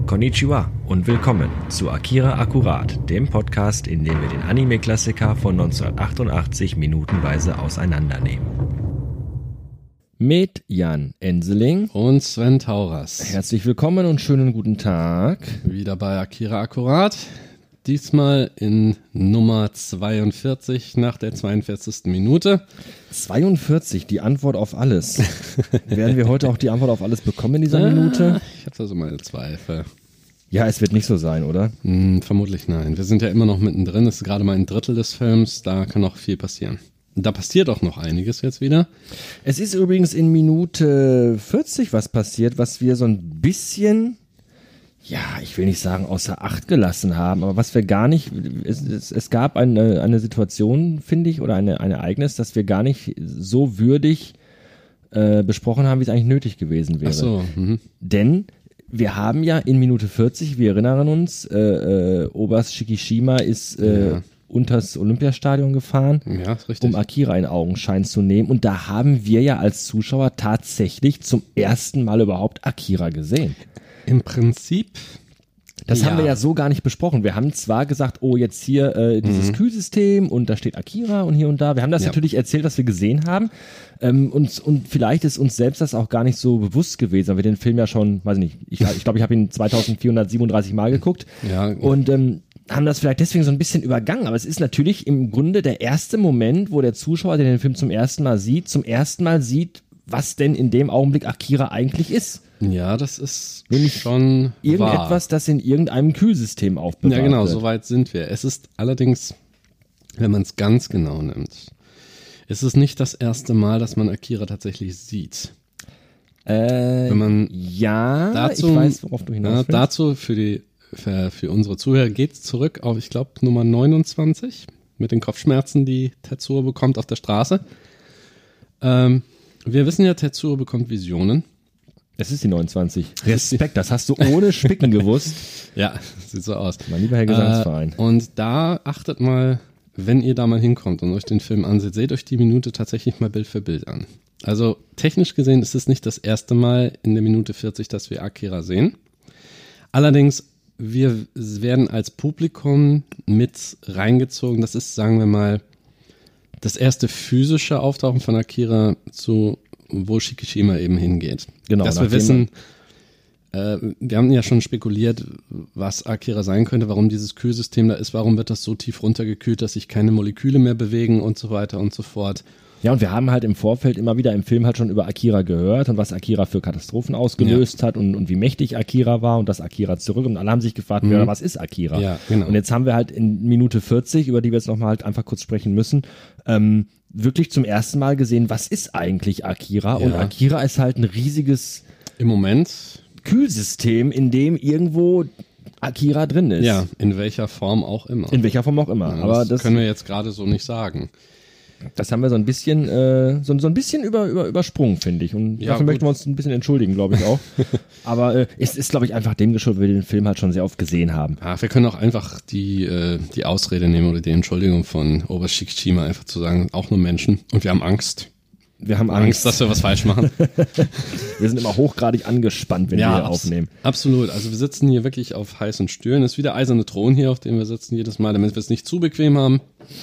Konnichiwa und willkommen zu Akira Akkurat, dem Podcast, in dem wir den Anime-Klassiker von 1988 minutenweise auseinandernehmen. Mit Jan Enseling und Sven Tauras. Herzlich willkommen und schönen guten Tag. Wieder bei Akira Akkurat. Diesmal in Nummer 42 nach der 42. Minute. 42, die Antwort auf alles. Werden wir heute auch die Antwort auf alles bekommen in dieser Minute? Ich habe da so meine Zweifel. Ja, es wird nicht so sein, oder? Vermutlich nein. Wir sind ja immer noch mittendrin. Es ist gerade mal ein Drittel des Films. Da kann noch viel passieren. Da passiert auch noch einiges jetzt wieder. Es ist übrigens in Minute 40 was passiert, was wir so ein bisschen, ja, ich will nicht sagen außer Acht gelassen haben, aber was wir gar nicht, es gab eine Situation, finde ich, oder ein Ereignis, das wir gar nicht so würdig besprochen haben, wie es eigentlich nötig gewesen wäre. Ach so. Denn wir haben ja in Minute 40, wir erinnern uns, Oberst Shikishima ist unters Olympiastadion gefahren, ja, ist richtig, um Akira in Augenschein zu nehmen. Und da haben wir ja als Zuschauer tatsächlich zum ersten Mal überhaupt Akira gesehen. Im Prinzip. Das haben wir ja so gar nicht besprochen. Wir haben zwar gesagt, oh, jetzt hier dieses Kühlsystem und da steht Akira und hier und da. Wir haben das natürlich erzählt, was wir gesehen haben. Und vielleicht ist uns selbst das auch gar nicht so bewusst gewesen, weil wir den Film ja schon, weiß nicht, ich glaube, ich habe ihn 2437 Mal geguckt. Ja. Und haben das vielleicht deswegen so ein bisschen übergangen. Aber es ist natürlich im Grunde der erste Moment, wo der Zuschauer, der den Film zum ersten Mal sieht, was denn in dem Augenblick Akira eigentlich ist. Ja, das ist nämlich schon irgendetwas, das in irgendeinem Kühlsystem aufbewahrt wird. Ja, genau, so weit sind wir. Es ist allerdings, wenn man es ganz genau nimmt, ist es nicht das erste Mal, dass man Akira tatsächlich sieht. Wenn man ich weiß, worauf du hinaus willst. Dazu für unsere Zuhörer geht's zurück auf, ich glaube, Nummer 29 mit den Kopfschmerzen, die Tetsuo bekommt auf der Straße. Wir wissen ja, Tetsuo bekommt Visionen. Es ist die 29. Respekt, das hast du ohne Spicken gewusst. Ja, sieht so aus. Mein lieber Herr Gesangsverein. Und da achtet mal, wenn ihr da mal hinkommt und euch den Film anseht, seht euch die Minute tatsächlich mal Bild für Bild an. Also technisch gesehen ist es nicht das erste Mal in der Minute 40, dass wir Akira sehen. Allerdings, wir werden als Publikum mit reingezogen. Das ist, sagen wir mal, das erste physische Auftauchen von Akira zu wo Shikishima eben hingeht. Genau. Dass wir wissen, wir haben ja schon spekuliert, was Akira sein könnte, warum dieses Kühlsystem da ist, warum wird das so tief runtergekühlt, dass sich keine Moleküle mehr bewegen und so weiter und so fort. Ja, und wir haben halt im Vorfeld immer wieder im Film halt schon über Akira gehört und was Akira für Katastrophen ausgelöst hat und wie mächtig Akira war und das Akira zurück. Und alle haben sich gefragt, was ist Akira? Ja, genau. Und jetzt haben wir halt in Minute 40, über die wir jetzt nochmal halt einfach kurz sprechen müssen, wirklich zum ersten Mal gesehen, was ist eigentlich Akira? Ja. Und Akira ist halt ein riesiges im Moment Kühlsystem, in dem irgendwo Akira drin ist. Ja, in welcher Form auch immer. In welcher Form auch immer. Ja, aber das können wir jetzt gerade so nicht sagen. Das haben wir so ein bisschen übersprungen, finde ich. Und dafür möchten wir uns ein bisschen entschuldigen, glaube ich auch. Aber es ist, glaube ich, einfach dem geschuldet, weil wir den Film halt schon sehr oft gesehen haben. Ja, wir können auch einfach die Ausrede nehmen oder die Entschuldigung von Oberst Shikishima, einfach zu sagen, auch nur Menschen. Und wir haben Angst. Wir haben Angst, dass wir was falsch machen. Wir sind immer hochgradig angespannt, wenn wir hier aufnehmen. Absolut. Also wir sitzen hier wirklich auf heißen Stühlen. Es ist wie der eiserne Thron hier, auf dem wir sitzen jedes Mal, damit wir es nicht zu bequem haben.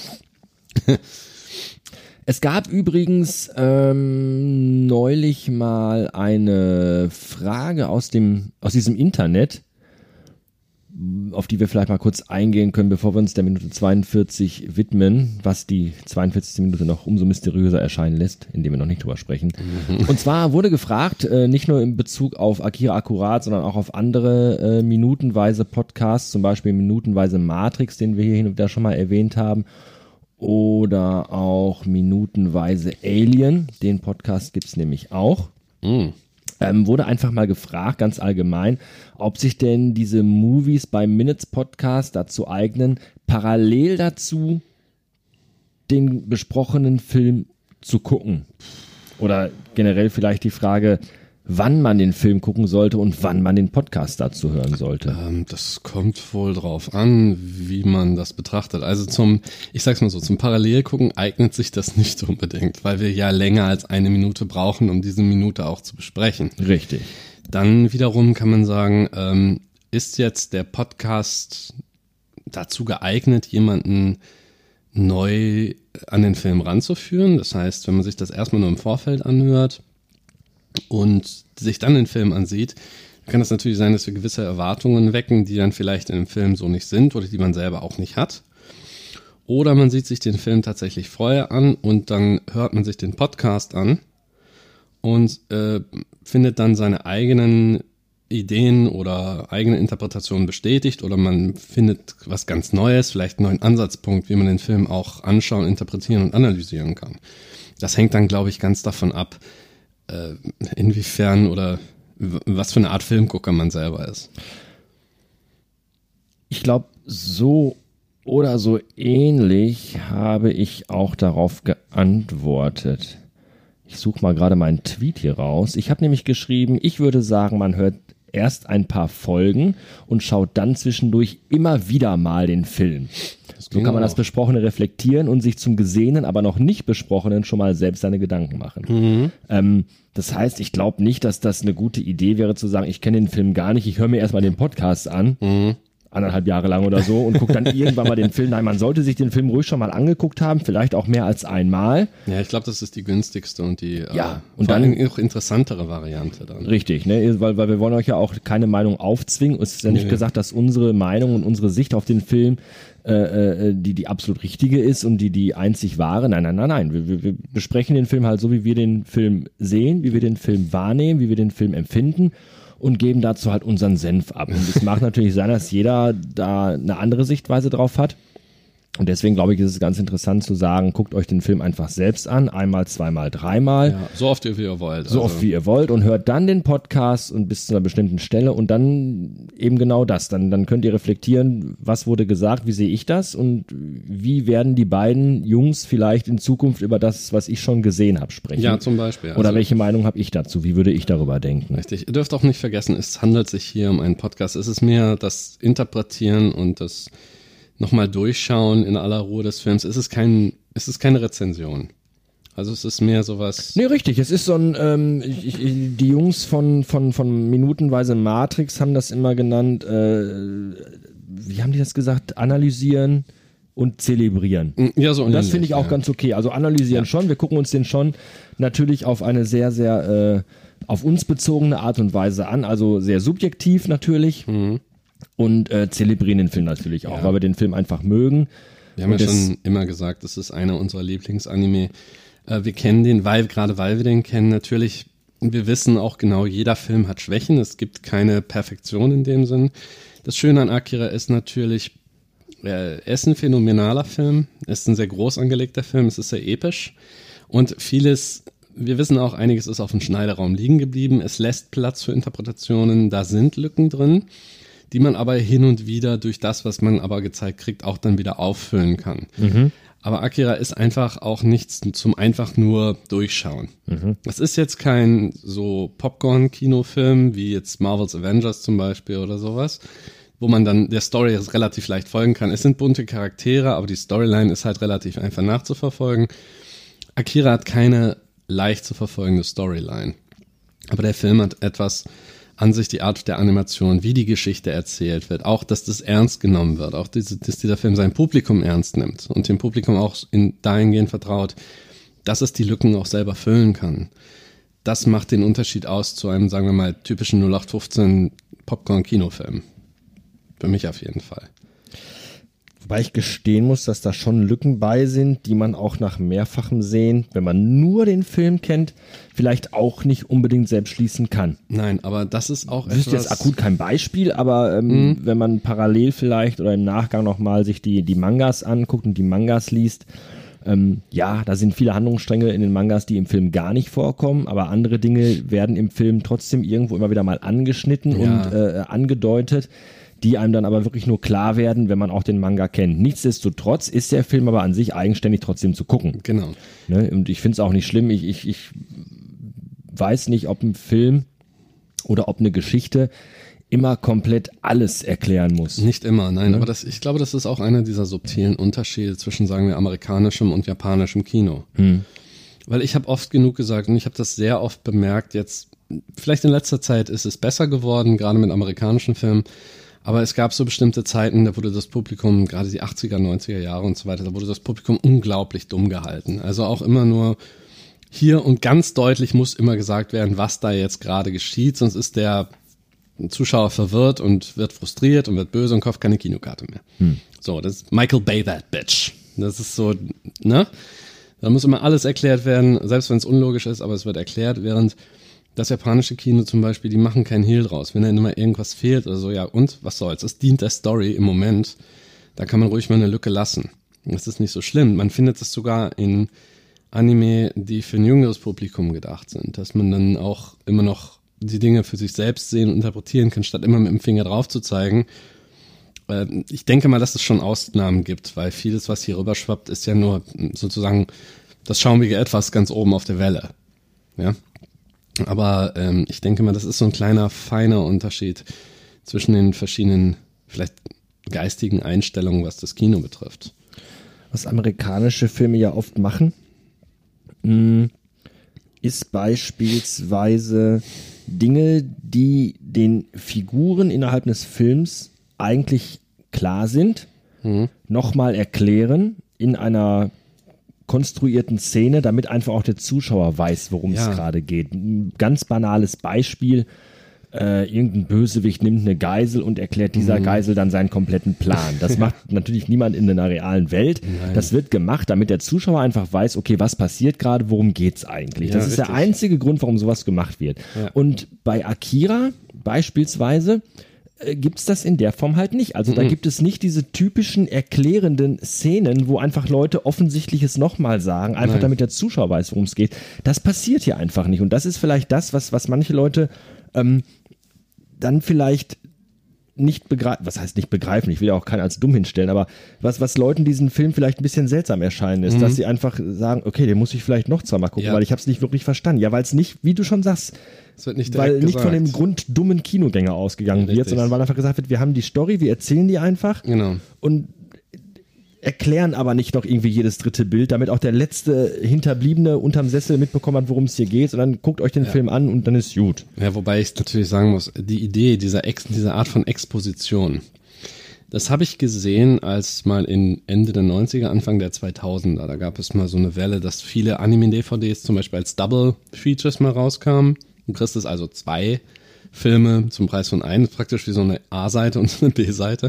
Es gab übrigens neulich mal eine Frage aus diesem Internet, auf die wir vielleicht mal kurz eingehen können, bevor wir uns der Minute 42 widmen, was die 42. Minute noch umso mysteriöser erscheinen lässt, indem wir noch nicht drüber sprechen. Und zwar wurde gefragt, nicht nur in Bezug auf Akira Akkurat, sondern auch auf andere minutenweise Podcasts, zum Beispiel minutenweise Matrix, den wir hier hin und wieder schon mal erwähnt haben, oder auch minutenweise Alien, den Podcast gibt's nämlich auch. Wurde einfach mal gefragt, ganz allgemein, ob sich denn diese Movies beim Minutes Podcast dazu eignen, parallel dazu den besprochenen Film zu gucken. Oder generell vielleicht die Frage, wann man den Film gucken sollte und wann man den Podcast dazu hören sollte. Das kommt wohl drauf an, wie man das betrachtet. Also ich sag's mal so, zum Parallelgucken eignet sich das nicht unbedingt, weil wir ja länger als eine Minute brauchen, um diese Minute auch zu besprechen. Richtig. Dann wiederum kann man sagen, ist jetzt der Podcast dazu geeignet, jemanden neu an den Film ranzuführen? Das heißt, wenn man sich das erstmal nur im Vorfeld anhört und sich dann den Film ansieht, kann es natürlich sein, dass wir gewisse Erwartungen wecken, die dann vielleicht in dem Film so nicht sind oder die man selber auch nicht hat. Oder man sieht sich den Film tatsächlich vorher an und dann hört man sich den Podcast an und findet dann seine eigenen Ideen oder eigene Interpretationen bestätigt oder man findet was ganz Neues, vielleicht einen neuen Ansatzpunkt, wie man den Film auch anschauen, interpretieren und analysieren kann. Das hängt dann, glaube ich, ganz davon ab, inwiefern oder was für eine Art Filmgucker man selber ist. Ich glaube, so oder so ähnlich habe ich auch darauf geantwortet. Ich suche mal gerade meinen Tweet hier raus. Ich habe nämlich geschrieben, ich würde sagen, man hört erst ein paar Folgen und schaut dann zwischendurch immer wieder mal den Film. So kann man das Besprochene reflektieren und sich zum Gesehenen, aber noch nicht Besprochenen schon mal selbst seine Gedanken machen. Das heißt, ich glaube nicht, dass das eine gute Idee wäre zu sagen, ich kenne den Film gar nicht, ich höre mir erstmal den Podcast an. 1,5 Jahre lang oder so und guckt dann irgendwann mal den Film. Nein, man sollte sich den Film ruhig schon mal angeguckt haben, vielleicht auch mehr als einmal. Ja, ich glaube, das ist die günstigste und die und vor dann allem auch interessantere Variante dann. Richtig, ne? Weil wir wollen euch ja auch keine Meinung aufzwingen. Es ist ja nicht gesagt, dass unsere Meinung und unsere Sicht auf den Film die absolut richtige ist und die einzig wahre. Nein. Wir besprechen den Film halt so, wie wir den Film sehen, wie wir den Film wahrnehmen, wie wir den Film empfinden und geben dazu halt unseren Senf ab. Und es mag natürlich sein, dass jeder da eine andere Sichtweise drauf hat. Und deswegen glaube ich, ist es ganz interessant zu sagen, guckt euch den Film einfach selbst an, einmal, zweimal, dreimal. Ja, so oft wie ihr wollt. So oft wie ihr wollt und hört dann den Podcast und bis zu einer bestimmten Stelle und dann eben genau das. Dann könnt ihr reflektieren, was wurde gesagt, wie sehe ich das und wie werden die beiden Jungs vielleicht in Zukunft über das, was ich schon gesehen habe, sprechen. Ja, zum Beispiel. Oder welche Meinung habe ich dazu? Wie würde ich darüber denken? Richtig. Ihr dürft auch nicht vergessen, es handelt sich hier um einen Podcast. Es ist mehr das Interpretieren und das nochmal durchschauen in aller Ruhe des Films. Es ist keine Rezension. Also es ist mehr sowas. Nee, richtig. Es ist so ein, die Jungs von Minutenweise Matrix haben das immer genannt, wie haben die das gesagt? Analysieren und zelebrieren. Ja, so. Und das finde ich auch ganz okay. Also analysieren schon. Wir gucken uns den schon natürlich auf eine sehr, sehr auf uns bezogene Art und Weise an. Also sehr subjektiv natürlich. Und zelebrieren den Film natürlich auch, weil wir den Film einfach mögen. Wir haben ja schon immer gesagt, das ist einer unserer Lieblingsanime. Wir kennen den, gerade weil wir den kennen, natürlich, wir wissen auch genau, jeder Film hat Schwächen, es gibt keine Perfektion in dem Sinn. Das Schöne an Akira ist natürlich, er ist ein phänomenaler Film, es ist ein sehr groß angelegter Film, es ist sehr episch und vieles, wir wissen auch, einiges ist auf dem Schneideraum liegen geblieben, es lässt Platz für Interpretationen, da sind Lücken drin, die man aber hin und wieder durch das, was man aber gezeigt kriegt, auch dann wieder auffüllen kann. Aber Akira ist einfach auch nichts zum einfach nur durchschauen. Das ist jetzt kein so Popcorn-Kinofilm wie jetzt Marvel's Avengers zum Beispiel oder sowas, wo man dann der Story relativ leicht folgen kann. Es sind bunte Charaktere, aber die Storyline ist halt relativ einfach nachzuverfolgen. Akira hat keine leicht zu verfolgende Storyline. Aber der Film hat etwas an sich, die Art der Animation, wie die Geschichte erzählt wird, auch, dass das ernst genommen wird, auch dass dieser Film sein Publikum ernst nimmt und dem Publikum auch dahingehend vertraut, dass es die Lücken auch selber füllen kann. Das macht den Unterschied aus zu einem, sagen wir mal, typischen 0815 Popcorn-Kinofilm. Für mich auf jeden Fall. Wobei ich gestehen muss, dass da schon Lücken bei sind, die man auch nach mehrfachem Sehen, wenn man nur den Film kennt, vielleicht auch nicht unbedingt selbst schließen kann. Nein, aber das ist auch etwas... Das ist jetzt akut kein Beispiel, aber wenn man parallel vielleicht oder im Nachgang nochmal sich die Mangas anguckt und die Mangas liest, ja, da sind viele Handlungsstränge in den Mangas, die im Film gar nicht vorkommen, aber andere Dinge werden im Film trotzdem irgendwo immer wieder mal angeschnitten und angedeutet, die einem dann aber wirklich nur klar werden, wenn man auch den Manga kennt. Nichtsdestotrotz ist der Film aber an sich eigenständig trotzdem zu gucken. Genau. Ne? Und ich finde es auch nicht schlimm. Ich weiß nicht, ob ein Film oder ob eine Geschichte immer komplett alles erklären muss. Nicht immer, nein. Aber ich glaube, das ist auch einer dieser subtilen Unterschiede zwischen, sagen wir, amerikanischem und japanischem Kino. Weil ich habe oft genug gesagt und ich habe das sehr oft bemerkt, jetzt vielleicht in letzter Zeit ist es besser geworden, gerade mit amerikanischen Filmen, Aber es gab so bestimmte Zeiten, da wurde das Publikum, gerade die 80er, 90er Jahre und so weiter, da wurde das Publikum unglaublich dumm gehalten. Also auch immer nur hier und ganz deutlich muss immer gesagt werden, was da jetzt gerade geschieht, sonst ist der Zuschauer verwirrt und wird frustriert und wird böse und kauft keine Kinokarte mehr. So, das ist Michael Bay that bitch. Das ist so, ne? Da muss immer alles erklärt werden, selbst wenn es unlogisch ist, aber es wird erklärt, während das japanische Kino zum Beispiel, die machen keinen Hehl draus. Wenn da immer irgendwas fehlt oder so, ja und, was soll's? Es dient der Story im Moment. Da kann man ruhig mal eine Lücke lassen. Das ist nicht so schlimm. Man findet es sogar in Anime, die für ein jüngeres Publikum gedacht sind, dass man dann auch immer noch die Dinge für sich selbst sehen und interpretieren kann, statt immer mit dem Finger drauf zu zeigen. Ich denke mal, dass es schon Ausnahmen gibt, weil vieles, was hier rüberschwappt, ist ja nur sozusagen das schaumige Etwas ganz oben auf der Welle. Ja. Aber ich denke mal, das ist so ein kleiner, feiner Unterschied zwischen den verschiedenen, vielleicht geistigen Einstellungen, was das Kino betrifft. Was amerikanische Filme ja oft machen, ist beispielsweise Dinge, die den Figuren innerhalb des Films eigentlich klar sind, nochmal erklären in einer konstruierten Szene, damit einfach auch der Zuschauer weiß, worum es gerade geht. Ein ganz banales Beispiel, irgendein Bösewicht nimmt eine Geisel und erklärt dieser Geisel dann seinen kompletten Plan. Das macht natürlich niemand in einer realen Welt. Nein. Das wird gemacht, damit der Zuschauer einfach weiß, okay, was passiert gerade, worum geht's eigentlich? Das ist richtig. Der einzige Grund, warum sowas gemacht wird. Ja. Und bei Akira beispielsweise gibt's das in der Form halt nicht. Also da gibt es nicht diese typischen erklärenden Szenen, wo einfach Leute Offensichtliches nochmal sagen, einfach damit der Zuschauer weiß, worum es geht. Das passiert hier einfach nicht. Und das ist vielleicht das, was manche Leute dann vielleicht nicht begreifen, was heißt nicht begreifen, ich will ja auch keinen als dumm hinstellen, aber was Leuten diesen Film vielleicht ein bisschen seltsam erscheinen ist, dass sie einfach sagen, okay, den muss ich vielleicht noch zweimal gucken, weil ich habe es nicht wirklich verstanden. Ja, weil es nicht, wie du schon sagst, es wird nicht weil nicht von dem grunddummen Kinogänger ausgegangen wird, sondern weil einfach gesagt wird, wir haben die Story, wir erzählen die einfach und erklären aber nicht noch irgendwie jedes dritte Bild, damit auch der letzte Hinterbliebene unterm Sessel mitbekommen hat, worum es hier geht, sondern guckt euch den Film an und dann ist gut. Ja, wobei ich natürlich sagen muss, die Idee dieser Art von Exposition, das habe ich gesehen, als mal in Ende der 90er, Anfang der 2000er, da gab es mal so eine Welle, dass viele Anime-DVDs zum Beispiel als Double-Features mal rauskamen. Du kriegst es also 2 Filme zum Preis von einem, praktisch wie so eine A-Seite und so eine B-Seite.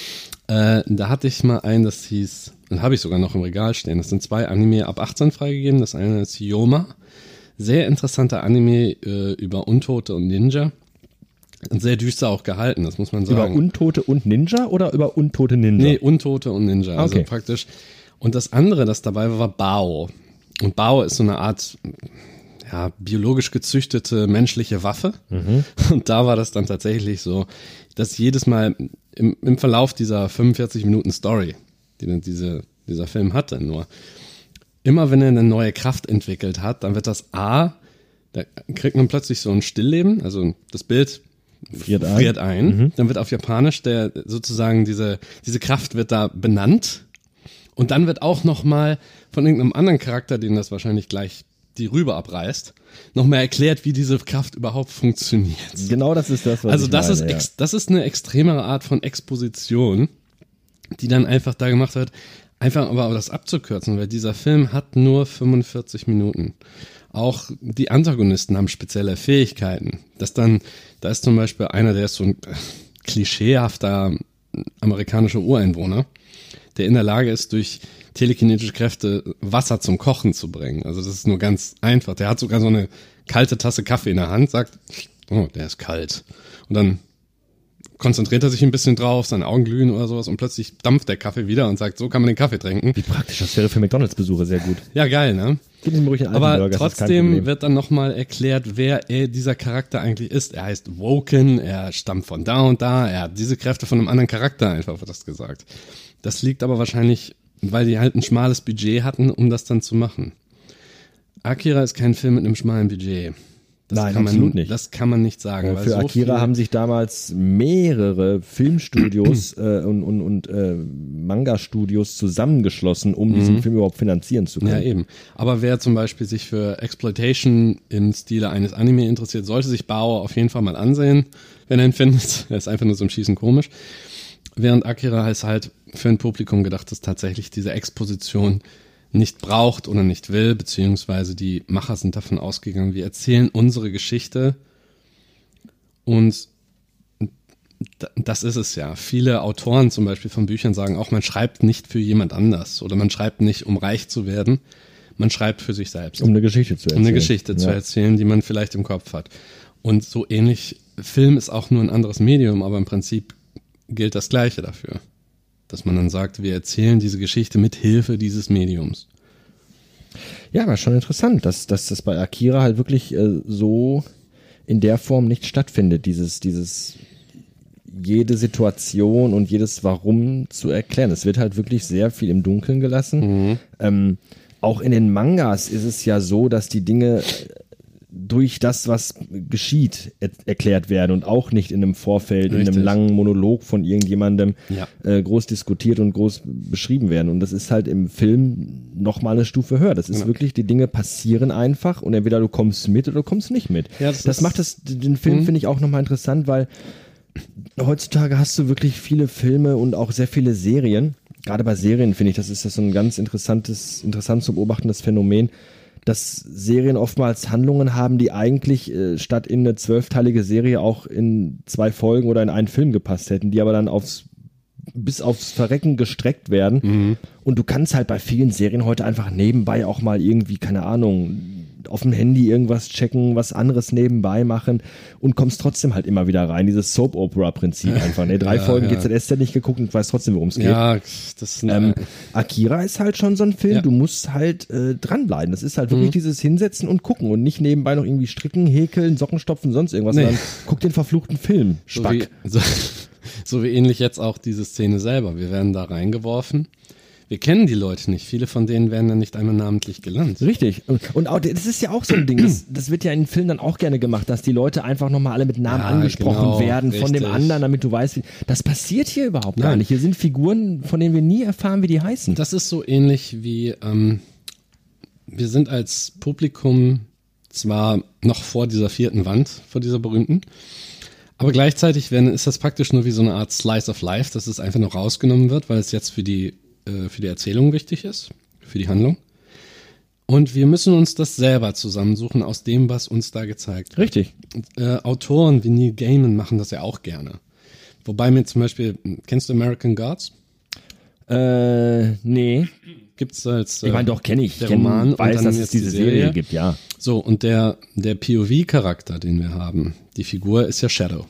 Da hatte ich mal einen, das hieß, den habe ich sogar noch im Regal stehen, das sind 2 Anime ab 18 freigegeben, das eine ist Yoma, sehr interessanter Anime über Untote und Ninja und sehr düster auch gehalten, das muss man sagen. Über Untote und Ninja oder über Untote Ninja? Nee, Untote und Ninja, also okay. Praktisch. Und das andere, das dabei war Bao. Und Bao ist so eine Art biologisch gezüchtete menschliche Waffe. Und da war das dann tatsächlich so, dass jedes Mal im Verlauf dieser 45 Minuten Story, die dann dieser Film hatte, nur immer wenn er eine neue Kraft entwickelt hat, dann wird da kriegt man plötzlich so ein Stillleben, also das Bild friert ein. Dann wird auf Japanisch sozusagen diese Kraft wird da benannt und dann wird auch nochmal von irgendeinem anderen Charakter, den das wahrscheinlich gleich die Rübe abreißt, nochmal erklärt, wie diese Kraft überhaupt funktioniert. Genau, das ist das, was also ich das meine, das ist eine extremere Art von Exposition, die dann einfach da gemacht wird, einfach aber das abzukürzen, weil dieser Film hat nur 45 Minuten. Auch die Antagonisten haben spezielle Fähigkeiten. Da ist zum Beispiel einer, der ist so ein klischeehafter amerikanischer Ureinwohner, der in der Lage ist, durch telekinetische Kräfte Wasser zum Kochen zu bringen. Also das ist nur ganz einfach. Der hat sogar so eine kalte Tasse Kaffee in der Hand, sagt, oh, der ist kalt. Und dann konzentriert er sich ein bisschen drauf, seine Augen glühen oder sowas und plötzlich dampft der Kaffee wieder und sagt, so kann man den Kaffee trinken. Wie praktisch, das wäre für McDonalds-Besucher sehr gut. Ja, geil, ne? Gib ihm ruhig einen alten Aber Burger, trotzdem wird dann nochmal erklärt, wer dieser Charakter eigentlich ist. Er heißt Woken, er stammt von da und da, er hat diese Kräfte von einem anderen Charakter, einfach wird das gesagt. Das liegt aber wahrscheinlich, weil die halt ein schmales Budget hatten, um das dann zu machen. Akira ist kein Film mit einem schmalen Budget. Nein, absolut nicht. Das kann man nicht sagen. Weil für Akira haben sich damals mehrere Filmstudios und Manga-Studios zusammengeschlossen, um diesen Film überhaupt finanzieren zu können. Ja, eben. Aber wer zum Beispiel sich für Exploitation im Stile eines Anime interessiert, sollte sich Bao auf jeden Fall mal ansehen. wenn er ihn findet. Er ist einfach nur zum Schießen komisch. Während Akira ist halt für ein Publikum gedacht, das tatsächlich diese Exposition nicht braucht oder nicht will, beziehungsweise die Macher sind davon ausgegangen, wir erzählen unsere Geschichte und das ist es ja. Viele Autoren zum Beispiel von Büchern sagen auch, man schreibt nicht für jemand anders oder man schreibt nicht, um reich zu werden, man schreibt für sich selbst. Um eine Geschichte zu erzählen. Um eine Geschichte zu erzählen, die man vielleicht im Kopf hat. Und so ähnlich, Film ist auch nur ein anderes Medium, aber im Prinzip gilt das Gleiche dafür. Dass man dann sagt, wir erzählen diese Geschichte mit Hilfe dieses Mediums. Ja, war schon interessant, dass das bei Akira halt wirklich so in der Form nicht stattfindet, dieses jede Situation und jedes Warum zu erklären. Es wird halt wirklich sehr viel im Dunkeln gelassen. Auch in den Mangas ist es ja so, dass die Dinge durch das, was geschieht, erklärt werden und auch nicht in einem Vorfeld, in einem langen Monolog von irgendjemandem groß diskutiert und groß beschrieben werden. Und das ist halt im Film nochmal eine Stufe höher. Das ist wirklich, die Dinge passieren einfach und entweder du kommst mit oder du kommst nicht mit. Ja, das macht den Film, finde ich, auch nochmal interessant, weil heutzutage hast du wirklich viele Filme und auch sehr viele Serien. Gerade bei Serien, finde ich, das ist so ein ganz interessant zu beobachtendes Phänomen, dass Serien oftmals Handlungen haben, die eigentlich statt in eine 12-teilige Serie auch in 2 Folgen oder in einen Film gepasst hätten, die aber dann bis aufs Verrecken gestreckt werden. Und du kannst halt bei vielen Serien heute einfach nebenbei auch mal irgendwie, keine Ahnung, auf dem Handy irgendwas checken, was anderes nebenbei machen und kommst trotzdem halt immer wieder rein. Dieses Soap-Opera-Prinzip einfach. Ne? 3 Folgen GZSZ nicht geguckt und weiß trotzdem, worum es geht. Ja, das Akira ist halt schon so ein Film, du musst halt dranbleiben. Das ist halt wirklich dieses Hinsetzen und gucken und nicht nebenbei noch irgendwie stricken, häkeln, Socken stopfen, sonst irgendwas, sondern guck den verfluchten Film. Spack. So wie ähnlich jetzt auch diese Szene selber. Wir werden da reingeworfen. Wir kennen die Leute nicht. Viele von denen werden dann nicht einmal namentlich genannt. Richtig. Und auch, das ist ja auch so ein Ding. Das wird ja in Filmen dann auch gerne gemacht, dass die Leute einfach nochmal alle mit Namen angesprochen werden von dem anderen, damit du weißt, das passiert hier überhaupt gar nicht. Hier sind Figuren, von denen wir nie erfahren, wie die heißen. Das ist so ähnlich wie, wir sind als Publikum zwar noch vor dieser 4. Wand, vor dieser berühmten, aber gleichzeitig ist das praktisch nur wie so eine Art Slice of Life, dass es einfach nur rausgenommen wird, weil es jetzt für die Erzählung wichtig ist, für die Handlung. Und wir müssen uns das selber zusammensuchen aus dem, was uns da gezeigt wird. Richtig. Autoren wie Neil Gaiman machen das ja auch gerne. Wobei mir zum Beispiel, kennst du American Gods? Nee. Gibt's als ich meine, doch, kenne ich. Der Roman weiß, und dann dass es diese Serie gibt, ja. So, und der POV-Charakter, den wir haben, die Figur ist ja Shadow.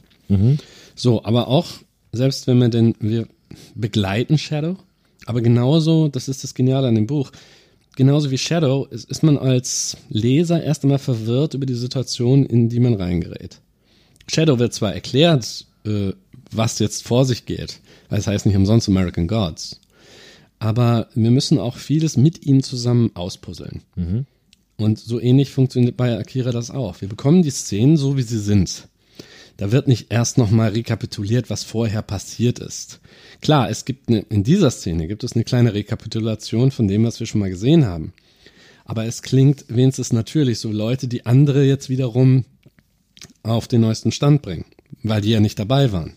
So, aber auch, selbst wenn wir begleiten Shadow, aber genauso, das ist das Geniale an dem Buch, genauso wie Shadow ist man als Leser erst einmal verwirrt über die Situation, in die man reingerät. Shadow wird zwar erklärt, was jetzt vor sich geht, weil es heißt nicht umsonst American Gods, aber wir müssen auch vieles mit ihm zusammen auspuzzeln. Und so ähnlich funktioniert bei Akira das auch. Wir bekommen die Szenen so, wie sie sind. Da wird nicht erst nochmal rekapituliert, was vorher passiert ist. Klar, in dieser Szene gibt es eine kleine Rekapitulation von dem, was wir schon mal gesehen haben. Aber es klingt wenigstens natürlich, so Leute, die andere jetzt wiederum auf den neuesten Stand bringen, weil die ja nicht dabei waren.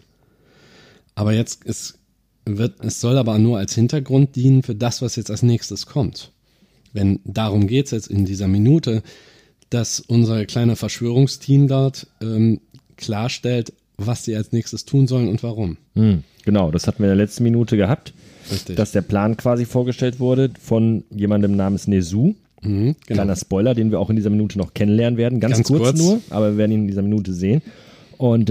Aber jetzt es soll aber nur als Hintergrund dienen für das, was jetzt als nächstes kommt. Wenn darum geht's jetzt in dieser Minute, dass unser kleiner Verschwörungsteam dort klarstellt, was sie als nächstes tun sollen und warum. Genau, das hatten wir in der letzten Minute gehabt. Richtig. Dass der Plan quasi vorgestellt wurde von jemandem namens Nezu. Genau. Kleiner Spoiler, den wir auch in dieser Minute noch kennenlernen werden. Ganz kurz nur, aber wir werden ihn in dieser Minute sehen. Und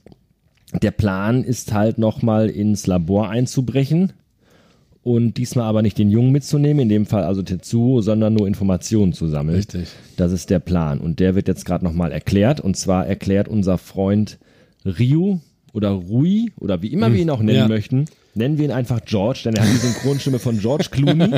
der Plan ist halt nochmal ins Labor einzubrechen und diesmal aber nicht den Jungen mitzunehmen, in dem Fall also Tetsuo, sondern nur Informationen zu sammeln. Richtig. Das ist der Plan. Und der wird jetzt gerade nochmal erklärt. Und zwar erklärt unser Freund Ryu oder Rui oder wie immer wir ihn auch nennen möchten. Nennen wir ihn einfach George, denn er hat die Synchronstimme von George Clooney.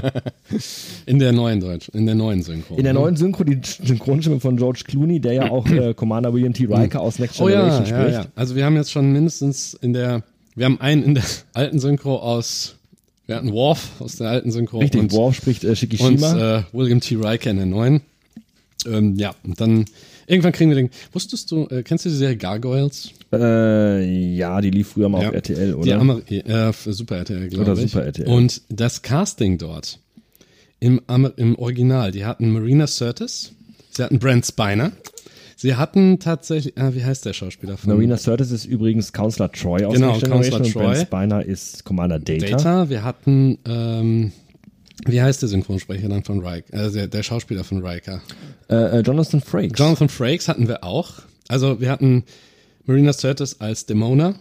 In der neuen Synchro. In der neuen Synchro, die Synchronstimme von George Clooney, der ja auch Commander William T. Riker aus Next Generation spricht. Ja. Also wir haben jetzt schon mindestens wir haben einen in der alten Synchro wir hatten Worf aus der alten Synchro. Richtig, und Worf spricht Shikishima. Und William T. Riker in der neuen. Und dann irgendwann kriegen wir kennst du die Serie Gargoyles? Ja, die lief früher mal auf RTL, oder? Super RTL, glaube ich. Oder Super RTL. Und das Casting dort im Original, die hatten Marina Sirtis, sie hatten Brent Spiner, sie hatten tatsächlich, wie heißt der Schauspieler von? Marina Sirtis ist übrigens Counselor Troy aus Genau, Next Generation Counselor Troy. und Brent Spiner ist Commander Data. Wir hatten, wie heißt der Synchronsprecher dann von Riker? Also der Schauspieler von Riker. Jonathan Frakes. Jonathan Frakes hatten wir auch. Also wir hatten Marina Sirtis als Demona,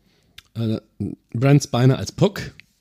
Brent Spiner als Puck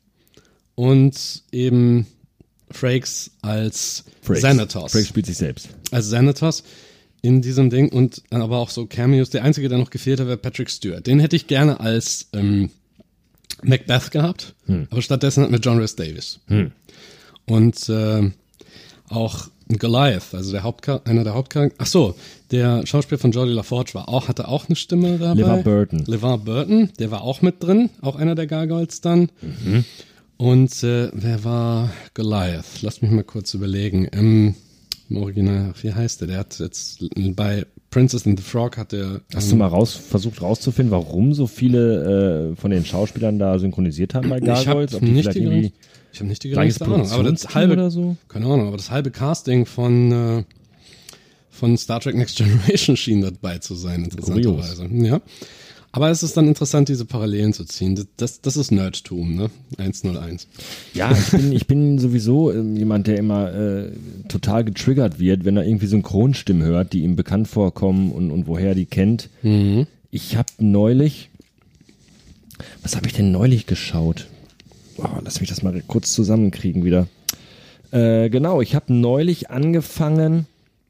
und eben Frakes als Xanatos. Frakes spielt sich selbst. Als Xanatos in diesem Ding und aber auch so Cameos. Der einzige, der noch gefehlt hat, wäre Patrick Stewart. Den hätte ich gerne als Macbeth gehabt, aber stattdessen hatten wir John Rhys Davies. Und auch Goliath, also einer der Hauptcharaktere. Ach so, der Schauspieler von Geordie LaForge hatte auch eine Stimme dabei. LeVar Burton, der war auch mit drin, auch einer der Gargoyles dann. Und wer war Goliath? Lass mich mal kurz überlegen. Im Original, wie heißt der? Der hat jetzt bei Princess and the Frog hat der. Hast du mal versucht rauszufinden, warum so viele von den Schauspielern da synchronisiert haben bei Gargoyles? Ich habe nicht die geringste Ahnung. Aber das halbe, oder so? Keine Ahnung, aber das halbe Casting von Star Trek Next Generation schien dabei zu sein, interessanterweise. Ja. Aber es ist dann interessant, diese Parallelen zu ziehen. Das ist Nerdtum, ne? 101. Ja, ich bin sowieso jemand, der immer total getriggert wird, wenn er irgendwie Synchronstimmen hört, die ihm bekannt vorkommen und woher die kennt. Ich habe neulich, was habe ich denn neulich geschaut? Lass mich das mal kurz zusammenkriegen wieder. Genau, ich habe neulich angefangen,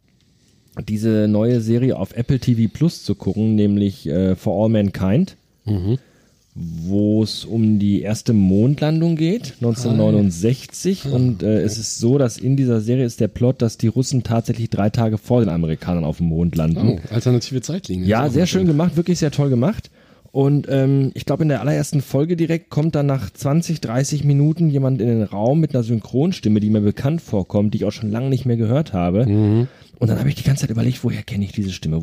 diese neue Serie auf Apple TV Plus zu gucken, nämlich For All Mankind, wo es um die erste Mondlandung geht, 1969. Und es ist so, dass in dieser Serie ist der Plot, dass die Russen tatsächlich 3 Tage vor den Amerikanern auf dem Mond landen. Alternative Zeitlinie. Ja, sehr schön gemacht, wirklich sehr toll gemacht. Und ich glaube, in der allerersten Folge direkt kommt dann nach 20, 30 Minuten jemand in den Raum mit einer Synchronstimme, die mir bekannt vorkommt, die ich auch schon lange nicht mehr gehört habe. Und dann habe ich die ganze Zeit überlegt, woher kenne ich diese Stimme?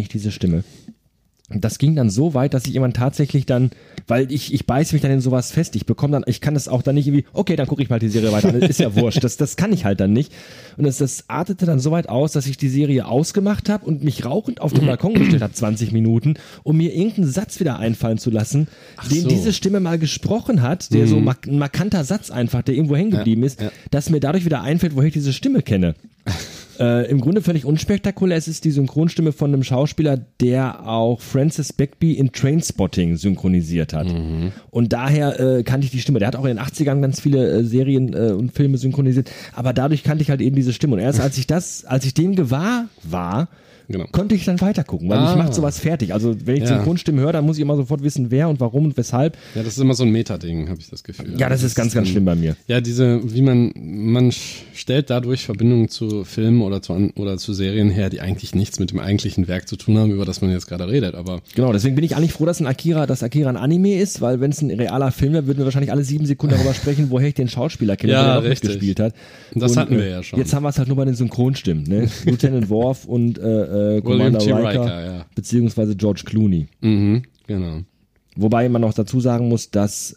Und das ging dann so weit, dass ich jemand tatsächlich dann, weil ich beiß mich dann in sowas fest, ich kann das auch dann nicht irgendwie, okay, dann gucke ich mal die Serie weiter an, ist ja wurscht, das kann ich halt dann nicht. Und das artete dann so weit aus, dass ich die Serie ausgemacht habe und mich rauchend auf den Balkon gestellt habe, 20 Minuten, um mir irgendeinen Satz wieder einfallen zu lassen, den diese Stimme mal gesprochen hat, der so ein markanter Satz einfach, der irgendwo hängen geblieben ist, dass mir dadurch wieder einfällt, woher ich diese Stimme kenne. Im Grunde völlig unspektakulär. Es ist die Synchronstimme von einem Schauspieler, der auch Francis Begbie in Trainspotting synchronisiert hat. Und daher kannte ich die Stimme. Der hat auch in den 80ern ganz viele Serien und Filme synchronisiert. Aber dadurch kannte ich halt eben diese Stimme. Und erst als ich dem gewahr war, konnte ich dann weiter gucken, weil mich macht sowas fertig. Also wenn ich Synchronstimmen höre, dann muss ich immer sofort wissen, wer und warum und weshalb. Ja, das ist immer so ein Meta-Ding, habe ich das Gefühl. Ja, das ist ganz, ganz schlimm bei mir. Ja, wie man stellt dadurch Verbindungen zu Filmen oder zu Serien her, die eigentlich nichts mit dem eigentlichen Werk zu tun haben, über das man jetzt gerade redet. Aber genau, deswegen bin ich eigentlich froh, dass Akira ein Anime ist, weil wenn es ein realer Film wäre, würden wir wahrscheinlich alle 7 Sekunden darüber sprechen, woher ich den Schauspieler kenne, der auch mitgespielt hat. Und das hatten wir ja schon. Jetzt haben wir es halt nur bei den Synchronstimmen, ne? Lieutenant Worf und Commander Riker, beziehungsweise George Clooney. Genau. Wobei man noch dazu sagen muss, dass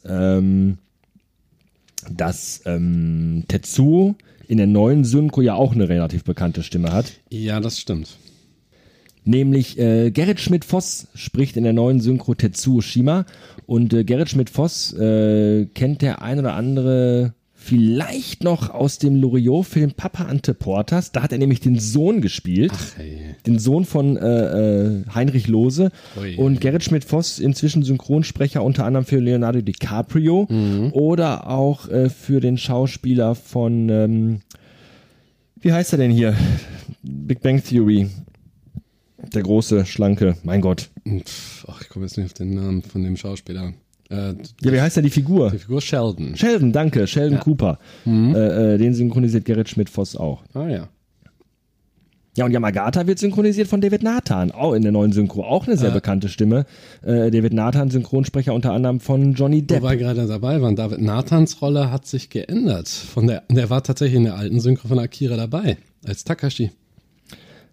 Tetsuo in der neuen Synchro ja auch eine relativ bekannte Stimme hat. Ja, das stimmt. Nämlich Gerrit Schmidt-Voss spricht in der neuen Synchro Tetsuo Shima und Gerrit Schmidt-Voss kennt der ein oder andere vielleicht noch aus dem Loriot-Film Papa Ante Portas. Da hat er nämlich den Sohn gespielt. Ach, hey. Den Sohn von Heinrich Lohse. Und Gerrit Schmidt-Voss inzwischen Synchronsprecher unter anderem für Leonardo DiCaprio oder auch für den Schauspieler von wie heißt er denn hier? Big Bang Theory. Der große, schlanke, mein Gott. Ich komme jetzt nicht auf den Namen von dem Schauspieler. Wie heißt denn die Figur? Die Figur Sheldon. Sheldon, danke. Sheldon Cooper. Den synchronisiert Gerrit Schmidt-Voss auch. Ah ja. Ja, und Yamagata wird synchronisiert von David Nathan, auch in der neuen Synchro. Auch eine sehr bekannte Stimme. David Nathan, Synchronsprecher unter anderem von Johnny Depp. Wo wir gerade dabei waren, David Nathans Rolle hat sich geändert. Der war tatsächlich in der alten Synchro von Akira dabei, als Takashi.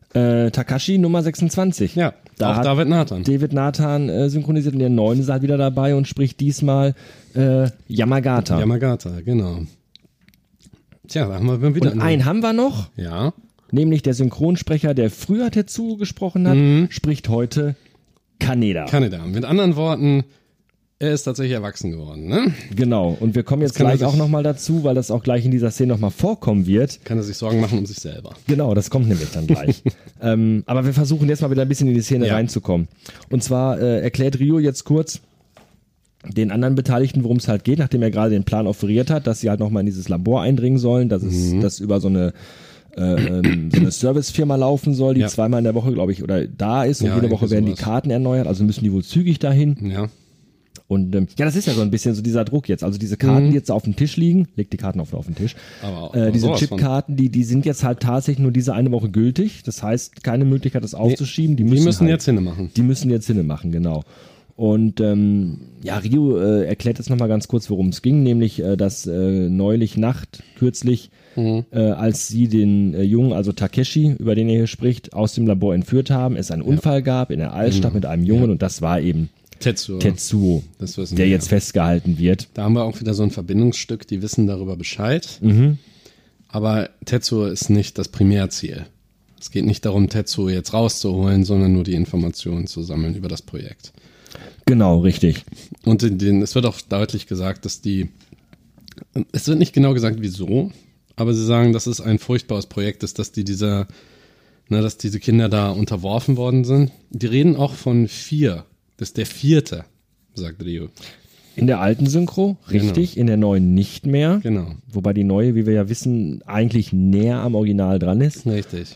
Takashi Nummer 26. Ja, Da auch hat David Nathan. David Nathan synchronisiert und der 9 ist halt wieder dabei und spricht diesmal Yamagata. Yamagata, genau. Tja, da haben wir wieder Und einen haben wir noch, Ja, nämlich der Synchronsprecher, der früher Tetsuo gesprochen hat, spricht heute Kaneda. Kaneda. Mit anderen Worten, er ist tatsächlich erwachsen geworden, ne? Genau, und wir kommen jetzt kann er gleich sich- auch nochmal dazu, weil das auch gleich in dieser Szene nochmal vorkommen wird. Kann er sich Sorgen machen um sich selber. Genau, das kommt nämlich dann gleich. Aber wir versuchen jetzt mal wieder ein bisschen in die Szene Ja. reinzukommen. Und zwar erklärt Ryo jetzt kurz den anderen Beteiligten, worum es halt geht, nachdem er gerade den Plan offeriert hat, dass sie halt nochmal in dieses Labor eindringen sollen, dass es das über so eine Servicefirma laufen soll, die Ja. zweimal in der Woche, glaube ich, oder da ist und Ja, jede Woche irgendwie werden die sowas. Karten erneuert, also müssen die wohl zügig dahin. Ja. Und ja, das ist ja so ein bisschen so dieser Druck jetzt. Also diese Karten, die jetzt auf dem Tisch liegen, legt die Karten auf den Tisch. Aber Diese sowas von. Chipkarten, die sind jetzt halt tatsächlich nur diese eine Woche gültig. Das heißt, keine Möglichkeit, das aufzuschieben. Die müssen halt, jetzt Sinne machen. Die müssen jetzt Sinne machen, genau. Und ja, Ryo erklärt jetzt nochmal ganz kurz, worum es ging, nämlich dass neulich Nacht, kürzlich, als sie den Jungen, also Takeshi, über den er hier spricht, aus dem Labor entführt haben, es einen Unfall gab in der Altstadt mit einem Jungen und das war eben Tetsuo, Das wissen der wir, jetzt festgehalten wird. Da haben wir auch wieder so ein Verbindungsstück, die wissen darüber Bescheid. Aber Tetsuo ist nicht das Primärziel. Es geht nicht darum, Tetsuo jetzt rauszuholen, sondern nur die Informationen zu sammeln über das Projekt. Genau, richtig. Und es wird auch deutlich gesagt, es wird nicht genau gesagt, wieso, aber sie sagen, dass es ein furchtbares Projekt ist, dass diese Kinder da unterworfen worden sind. Die reden auch von 4. Das ist der 4., sagt Ryo. In der alten Synchro, richtig, in der neuen nicht mehr. Genau. Wobei die neue, wie wir ja wissen, eigentlich näher am Original dran ist. Richtig.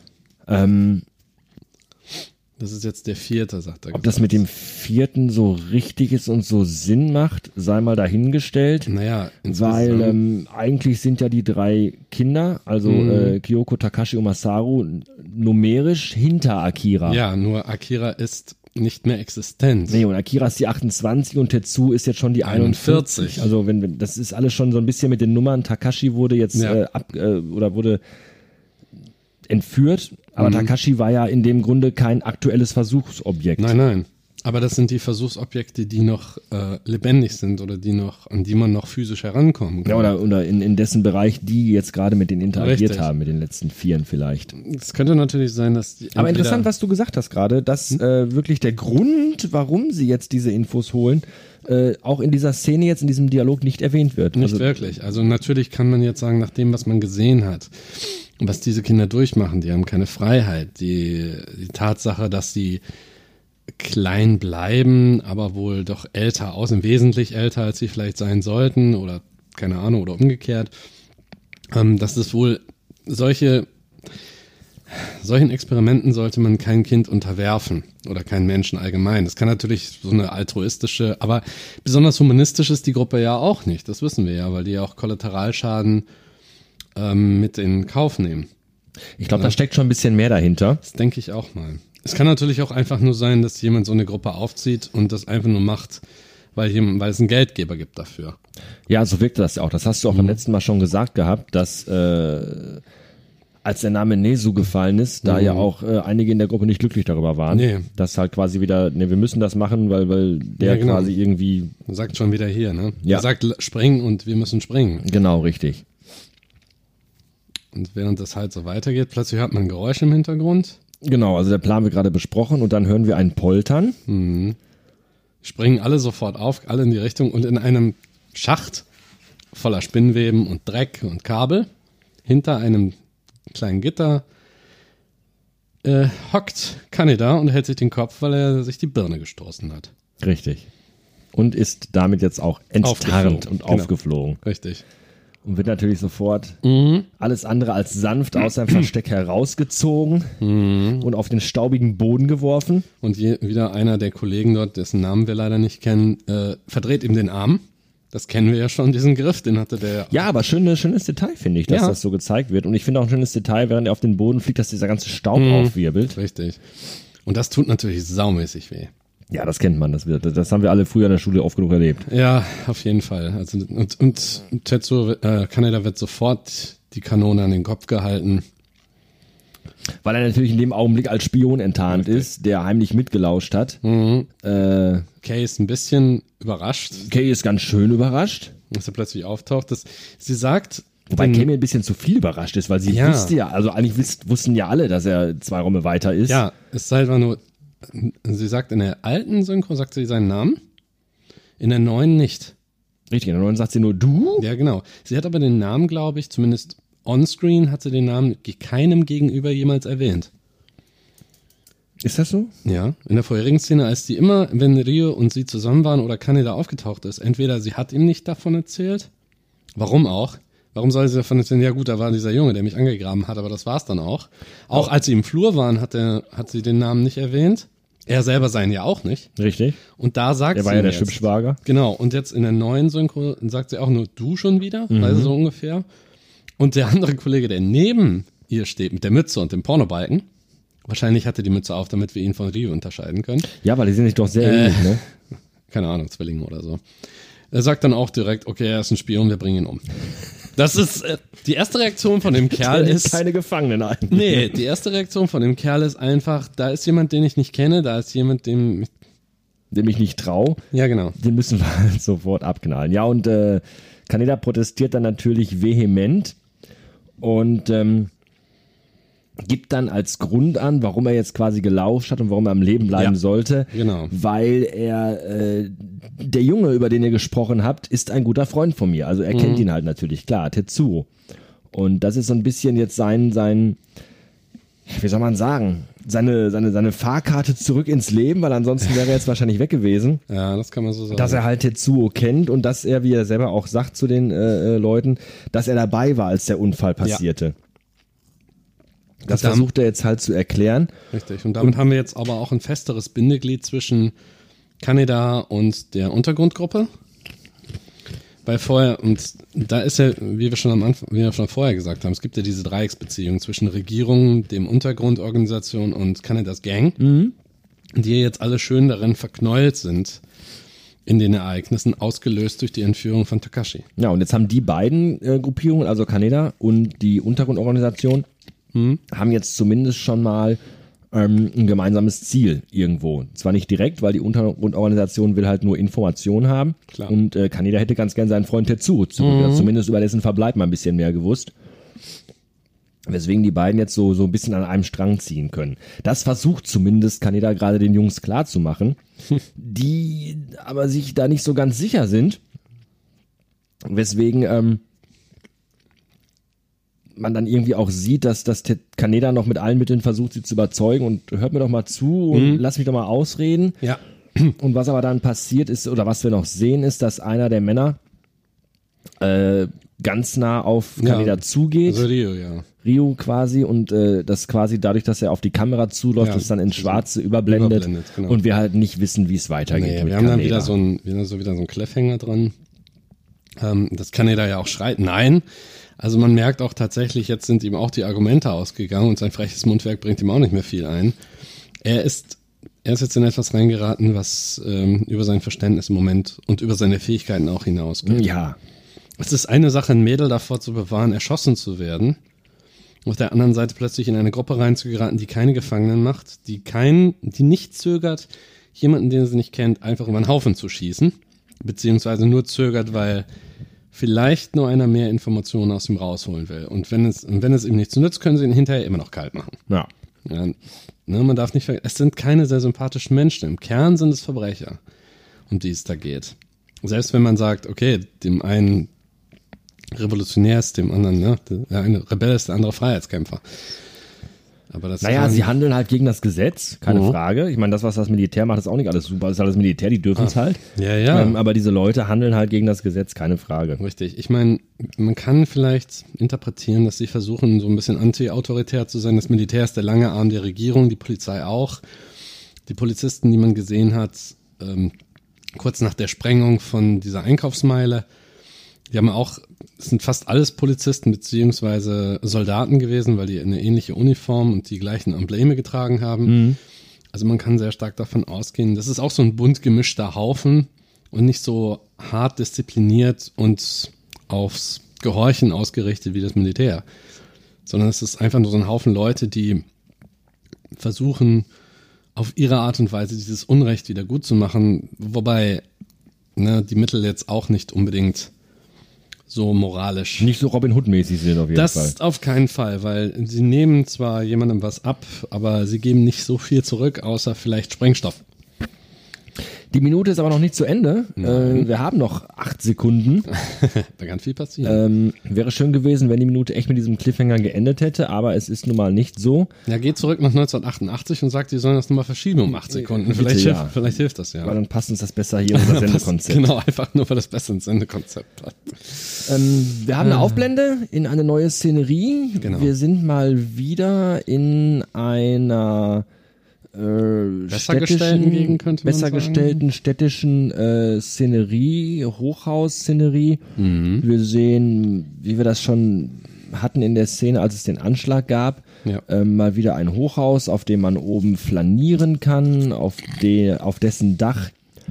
Das ist jetzt der 4., sagt er. Ob das mit dem 4. so richtig ist und so Sinn macht, sei mal dahingestellt. Naja, Weil eigentlich sind ja die 3 Kinder, also Kyoko, Takashi und Masaru, numerisch hinter Akira. Ja, nur Akira ist nicht mehr existent. Nee, und Akira ist die 28 und Tetsuo ist jetzt schon die 41. 41. Also wenn das ist alles schon so ein bisschen mit den Nummern. Takashi wurde jetzt wurde entführt, aber Takashi war ja in dem Grunde kein aktuelles Versuchsobjekt. Nein. Aber das sind die Versuchsobjekte, die noch lebendig sind oder an die man noch physisch herankommen kann. Ja, oder in dessen Bereich die jetzt gerade mit denen interagiert Richtig. haben, mit den letzten 4 vielleicht. Es könnte natürlich sein, dass die Aber interessant, was du gesagt hast gerade, dass wirklich der Grund, warum sie jetzt diese Infos holen, auch in dieser Szene jetzt, in diesem Dialog nicht erwähnt wird. Nicht wirklich. Also natürlich kann man jetzt sagen, nach dem, was man gesehen hat, was diese Kinder durchmachen, die haben keine Freiheit. Die Tatsache, dass sie klein bleiben, aber wohl doch älter aussehen, wesentlich älter, als sie vielleicht sein sollten oder keine Ahnung, oder umgekehrt. Das ist wohl solchen Experimenten sollte man kein Kind unterwerfen oder keinen Menschen allgemein. Das kann natürlich so eine altruistische, aber besonders humanistisch ist die Gruppe ja auch nicht. Das wissen wir ja, weil die ja auch Kollateralschaden mit in Kauf nehmen. Ich glaube, da steckt schon ein bisschen mehr dahinter. Das denke ich auch mal. Es kann natürlich auch einfach nur sein, dass jemand so eine Gruppe aufzieht und das einfach nur macht, weil es einen Geldgeber gibt dafür. Ja, so wirkt das ja auch. Das hast du auch beim letzten Mal schon gesagt gehabt, dass als der Name Nezu gefallen ist, da ja auch einige in der Gruppe nicht glücklich darüber waren. Nee. Dass halt quasi wieder, wir müssen das machen, weil der Ja, genau. quasi irgendwie, Man sagt schon wieder hier, ne? Ja. Er sagt springen und wir müssen springen. genau, richtig. Und während das halt so weitergeht, plötzlich hört man ein Geräusch im Hintergrund. Genau, also der Plan wird gerade besprochen und dann hören wir ein Poltern. Springen alle sofort auf, alle in die Richtung und in einem Schacht voller Spinnweben und Dreck und Kabel hinter einem kleinen Gitter hockt Kaneda und hält sich den Kopf, weil er sich die Birne gestoßen hat. Richtig. Und ist damit jetzt auch Aufgeflogen, enttarnt und genau. aufgeflogen. Richtig. Und wird natürlich sofort alles andere als sanft aus seinem Versteck herausgezogen und auf den staubigen Boden geworfen. Und wieder einer der Kollegen dort, dessen Namen wir leider nicht kennen, verdreht ihm den Arm. Das kennen wir ja schon, diesen Griff, den hatte der. Ja, aber schönes Detail finde ich, dass Ja. das so gezeigt wird. Und ich finde auch ein schönes Detail, während er auf den Boden fliegt, dass dieser ganze Staub aufwirbelt. Richtig. Und das tut natürlich saumäßig weh. Ja, das kennt man. Das haben wir alle früher in der Schule oft genug erlebt. Ja, auf jeden Fall. Also, und Tetsuo, Kaneda wird sofort die Kanone an den Kopf gehalten. Weil er natürlich in dem Augenblick als Spion enttarnt ist, der heimlich mitgelauscht hat. Kay ist ein bisschen überrascht, Kay ist ganz schön überrascht. dass er plötzlich auftaucht. Sie sagt, Wobei Kay mir ein bisschen zu viel überrascht ist, weil sie wusste ja, also eigentlich wussten ja alle, dass er 2 Räume weiter ist. ja, es ist halt nur, sie sagt in der alten Synchro, sagt sie seinen Namen, in der neuen nicht. Richtig, in der neuen sagt sie nur du. Ja, genau. Sie hat aber den Namen, glaube ich, zumindest onscreen hat sie den Namen keinem gegenüber jemals erwähnt. Ist das so? Ja, in der vorherigen Szene, als die immer, wenn Rio und sie zusammen waren oder Kaneda aufgetaucht ist, entweder sie hat ihm nicht davon erzählt, warum auch? Warum soll sie davon erzählen, ja gut, da war dieser Junge, der mich angegraben hat, aber das war's dann auch. Auch als sie im Flur waren, hat sie den Namen nicht erwähnt. Er selber seinen ja auch nicht. Richtig. Und da sagt Er sie war ja der jetzt, Schwippschwager. Genau, und jetzt in der neuen Synchro sagt sie auch nur du schon wieder, also so ungefähr. Und der andere Kollege, der neben ihr steht mit der Mütze und dem Pornobalken, wahrscheinlich hatte die Mütze auf, damit wir ihn von Rio unterscheiden können. Ja, weil die sind sich doch sehr ähnlich, ne? Keine Ahnung, Zwillinge oder so. Er sagt dann auch direkt, okay, er ist ein Spion, wir bringen ihn um. Das ist, die erste Reaktion von dem Kerl ist... keine Gefangenen ein. Nee, die erste Reaktion von dem Kerl ist einfach, da ist jemand, den ich nicht kenne, da ist jemand, dem ich nicht traue. Ja, genau. Den müssen wir halt sofort abknallen. Ja, und Kaneda protestiert dann natürlich vehement und gibt dann als Grund an, warum er jetzt quasi gelauscht hat und warum er am Leben bleiben sollte. Genau. Weil er, der Junge, über den ihr gesprochen habt, ist ein guter Freund von mir. Also er kennt ihn halt natürlich, klar, Tetsuo. Und das ist so ein bisschen jetzt sein, wie soll man sagen, seine Fahrkarte zurück ins Leben, weil ansonsten wäre er jetzt wahrscheinlich weg gewesen. Ja, das kann man so sagen. Dass er halt Tetsuo kennt und dass er, wie er selber auch sagt zu den Leuten, dass er dabei war, als der Unfall passierte. Ja. Das versucht er jetzt halt zu erklären. Richtig. Und damit haben wir jetzt aber auch ein festeres Bindeglied zwischen Kaneda und der Untergrundgruppe. Weil vorher, und da ist ja, wie wir schon vorher gesagt haben, es gibt ja diese Dreiecksbeziehung zwischen Regierung, dem Untergrundorganisation und Kanedas Gang, die jetzt alle schön darin verknäult sind in den Ereignissen, ausgelöst durch die Entführung von Takashi. Ja, und jetzt haben die beiden Gruppierungen, also Kaneda und die Untergrundorganisation, haben jetzt zumindest schon mal ein gemeinsames Ziel irgendwo. Zwar nicht direkt, weil die Untergrundorganisation will halt nur Informationen haben. Klar. Und Kaneda hätte ganz gern seinen Freund Tetsuo zurück, zumindest über dessen Verbleib mal ein bisschen mehr gewusst. Weswegen die beiden jetzt so ein bisschen an einem Strang ziehen können. Das versucht zumindest Kaneda gerade den Jungs klarzumachen, die aber sich da nicht so ganz sicher sind. Weswegen man dann irgendwie auch sieht, dass Kaneda noch mit allen Mitteln versucht, sie zu überzeugen und hört mir doch mal zu und lass mich doch mal ausreden. Ja. Und was aber dann passiert ist, oder was wir noch sehen, ist, dass einer der Männer ganz nah auf Kaneda zugeht. Also Rio, ja. Rio quasi und das quasi dadurch, dass er auf die Kamera zuläuft, das dann ins Schwarze überblendet genau. Und wir halt nicht wissen, wie es weitergeht. Nee, wir haben dann wieder so einen Cliffhanger dran, dass Kaneda ja auch schreit, nein. Also man merkt auch tatsächlich, jetzt sind ihm auch die Argumente ausgegangen und sein freches Mundwerk bringt ihm auch nicht mehr viel ein. Er ist jetzt in etwas reingeraten, was über sein Verständnis im Moment und über seine Fähigkeiten auch hinausgeht. Ja. Es ist eine Sache, ein Mädel davor zu bewahren, erschossen zu werden. Auf der anderen Seite plötzlich in eine Gruppe reinzugeraten, die keine Gefangenen macht, die nicht zögert, jemanden, den sie nicht kennt, einfach über den Haufen zu schießen. Beziehungsweise nur zögert, weil vielleicht nur einer mehr Informationen aus ihm rausholen will. Und wenn es ihm nichts nützt, können sie ihn hinterher immer noch kalt machen. Ja. Ja, ne, man darf nicht vergessen, es sind keine sehr sympathischen Menschen. Im Kern sind es Verbrecher, um die es da geht. Selbst wenn man sagt, okay, dem einen Revolutionär ist, dem anderen, ne, der eine Rebell ist, der andere Freiheitskämpfer. Aber das sie handeln halt gegen das Gesetz, keine Frage. Ich meine, das, was das Militär macht, ist auch nicht alles super. Das ist alles Militär, die dürfen es halt. Ja. Aber diese Leute handeln halt gegen das Gesetz, keine Frage. Richtig. Ich meine, man kann vielleicht interpretieren, dass sie versuchen, so ein bisschen anti-autoritär zu sein. Das Militär ist der lange Arm der Regierung, die Polizei auch. Die Polizisten, die man gesehen hat, kurz nach der Sprengung von dieser Einkaufsmeile, die haben auch, es sind fast alles Polizisten beziehungsweise Soldaten gewesen, weil die eine ähnliche Uniform und die gleichen Embleme getragen haben. Also man kann sehr stark davon ausgehen, das ist auch so ein bunt gemischter Haufen und nicht so hart diszipliniert und aufs Gehorchen ausgerichtet wie das Militär, sondern es ist einfach nur so ein Haufen Leute, die versuchen, auf ihre Art und Weise dieses Unrecht wieder gut zu machen, wobei die Mittel jetzt auch nicht unbedingt so moralisch. Nicht so Robin Hood-mäßig sind auf jeden Fall. Das auf keinen Fall, weil sie nehmen zwar jemandem was ab, aber sie geben nicht so viel zurück, außer vielleicht Sprengstoff. Die Minute ist aber noch nicht zu Ende. Wir haben noch 8 Sekunden. Da kann viel passieren. Wäre schön gewesen, wenn die Minute echt mit diesem Cliffhanger geendet hätte, aber es ist nun mal nicht so. Ja, geht zurück nach 1988 und sagt, die sollen das nochmal verschieben um 8 Sekunden. Vielleicht hilft das ja. Weil dann passt uns das besser hier in unser Sendekonzept. Genau, einfach nur, weil das besser ins Sendekonzept passt. Wir haben eine Aufblende in eine neue Szenerie. Genau. Wir sind mal wieder in einer besser gestellten Gegend, könnte man gestellten städtischen Szenerie, Hochhausszenerie. Wir sehen, wie wir das schon hatten in der Szene, als es den Anschlag gab, mal wieder ein Hochhaus, auf dem man oben flanieren kann, auf dessen Dach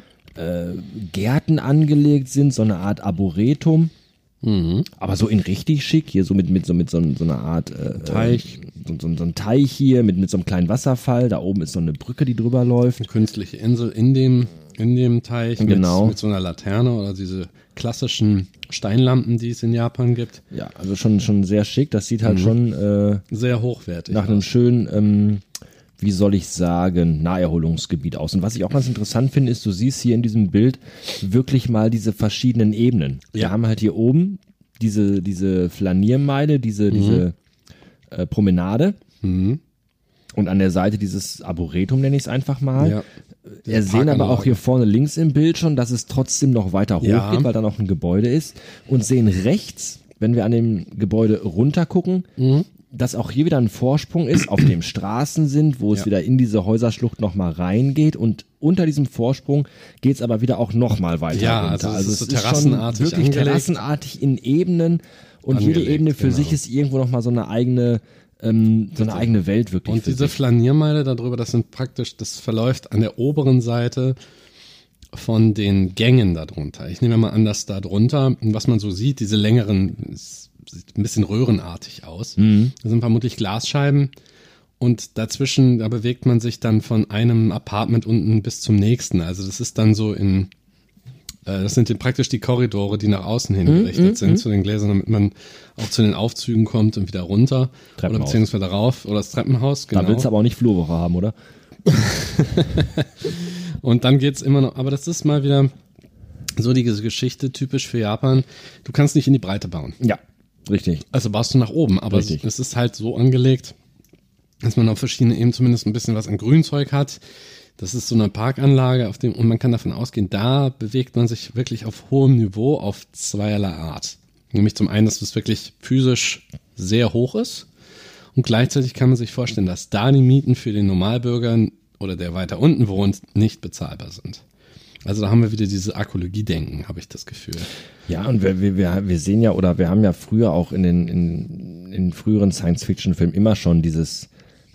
Gärten angelegt sind, so eine Art Arboretum. Aber so in richtig schick, hier so mit so einer Art Teich. So ein Teich hier mit so einem kleinen Wasserfall. Da oben ist so eine Brücke, die drüber läuft. Eine künstliche Insel in dem Teich genau. mit so einer Laterne oder diese klassischen Steinlampen, die es in Japan gibt. Ja, also schon sehr schick. Das sieht halt schon sehr hochwertig nach einem schönen, wie soll ich sagen, Naherholungsgebiet aus. Und was ich auch ganz interessant finde, ist, du siehst hier in diesem Bild wirklich mal diese verschiedenen Ebenen. Ja. Wir haben halt hier oben diese Flaniermeile, diese Promenade und an der Seite dieses Arboretum, nenne ich es einfach mal. Ja. Wir sehen aber auch hier vorne links im Bild schon, dass es trotzdem noch weiter hoch geht, weil da noch ein Gebäude ist, und sehen rechts, wenn wir an dem Gebäude runter gucken, dass auch hier wieder ein Vorsprung ist, auf dem Straßen sind, wo es wieder in diese Häuserschlucht nochmal reingeht, und unter diesem Vorsprung geht es aber wieder auch nochmal weiter runter. Also es ist so terrassenartig schon wirklich angelegt. Terrassenartig in Ebenen, und jede Ebene für sich ist irgendwo nochmal so eine eigene Welt wirklich. Und diese Flaniermeile darüber, das verläuft an der oberen Seite von den Gängen darunter. Ich nehme mal an, dass da drunter, was man so sieht, diese längeren, sieht ein bisschen röhrenartig aus. Das sind vermutlich Glasscheiben, und dazwischen, da bewegt man sich dann von einem Apartment unten bis zum nächsten. Also das ist dann so das sind praktisch die Korridore, die nach außen hin gerichtet sind zu den Gläsern, damit man auch zu den Aufzügen kommt und wieder runter. Oder beziehungsweise rauf, oder das Treppenhaus, genau. Da willst du aber auch nicht Flurwoche haben, oder? Und dann geht's immer noch, aber das ist mal wieder so diese Geschichte, typisch für Japan. Du kannst nicht in die Breite bauen. Ja, richtig. Also baust du nach oben, aber es ist halt so angelegt, dass man auf verschiedenen Ebenen zumindest ein bisschen was an Grünzeug hat. Das ist so eine Parkanlage, und man kann davon ausgehen, da bewegt man sich wirklich auf hohem Niveau auf zweierlei Art. Nämlich zum einen, dass es wirklich physisch sehr hoch ist, und gleichzeitig kann man sich vorstellen, dass da die Mieten für den Normalbürger oder der weiter unten wohnt nicht bezahlbar sind. Also da haben wir wieder diese Arkologie-Denken, habe ich das Gefühl. Ja, und wir sehen ja, oder wir haben ja früher auch in den früheren Science-Fiction-Filmen immer schon dieses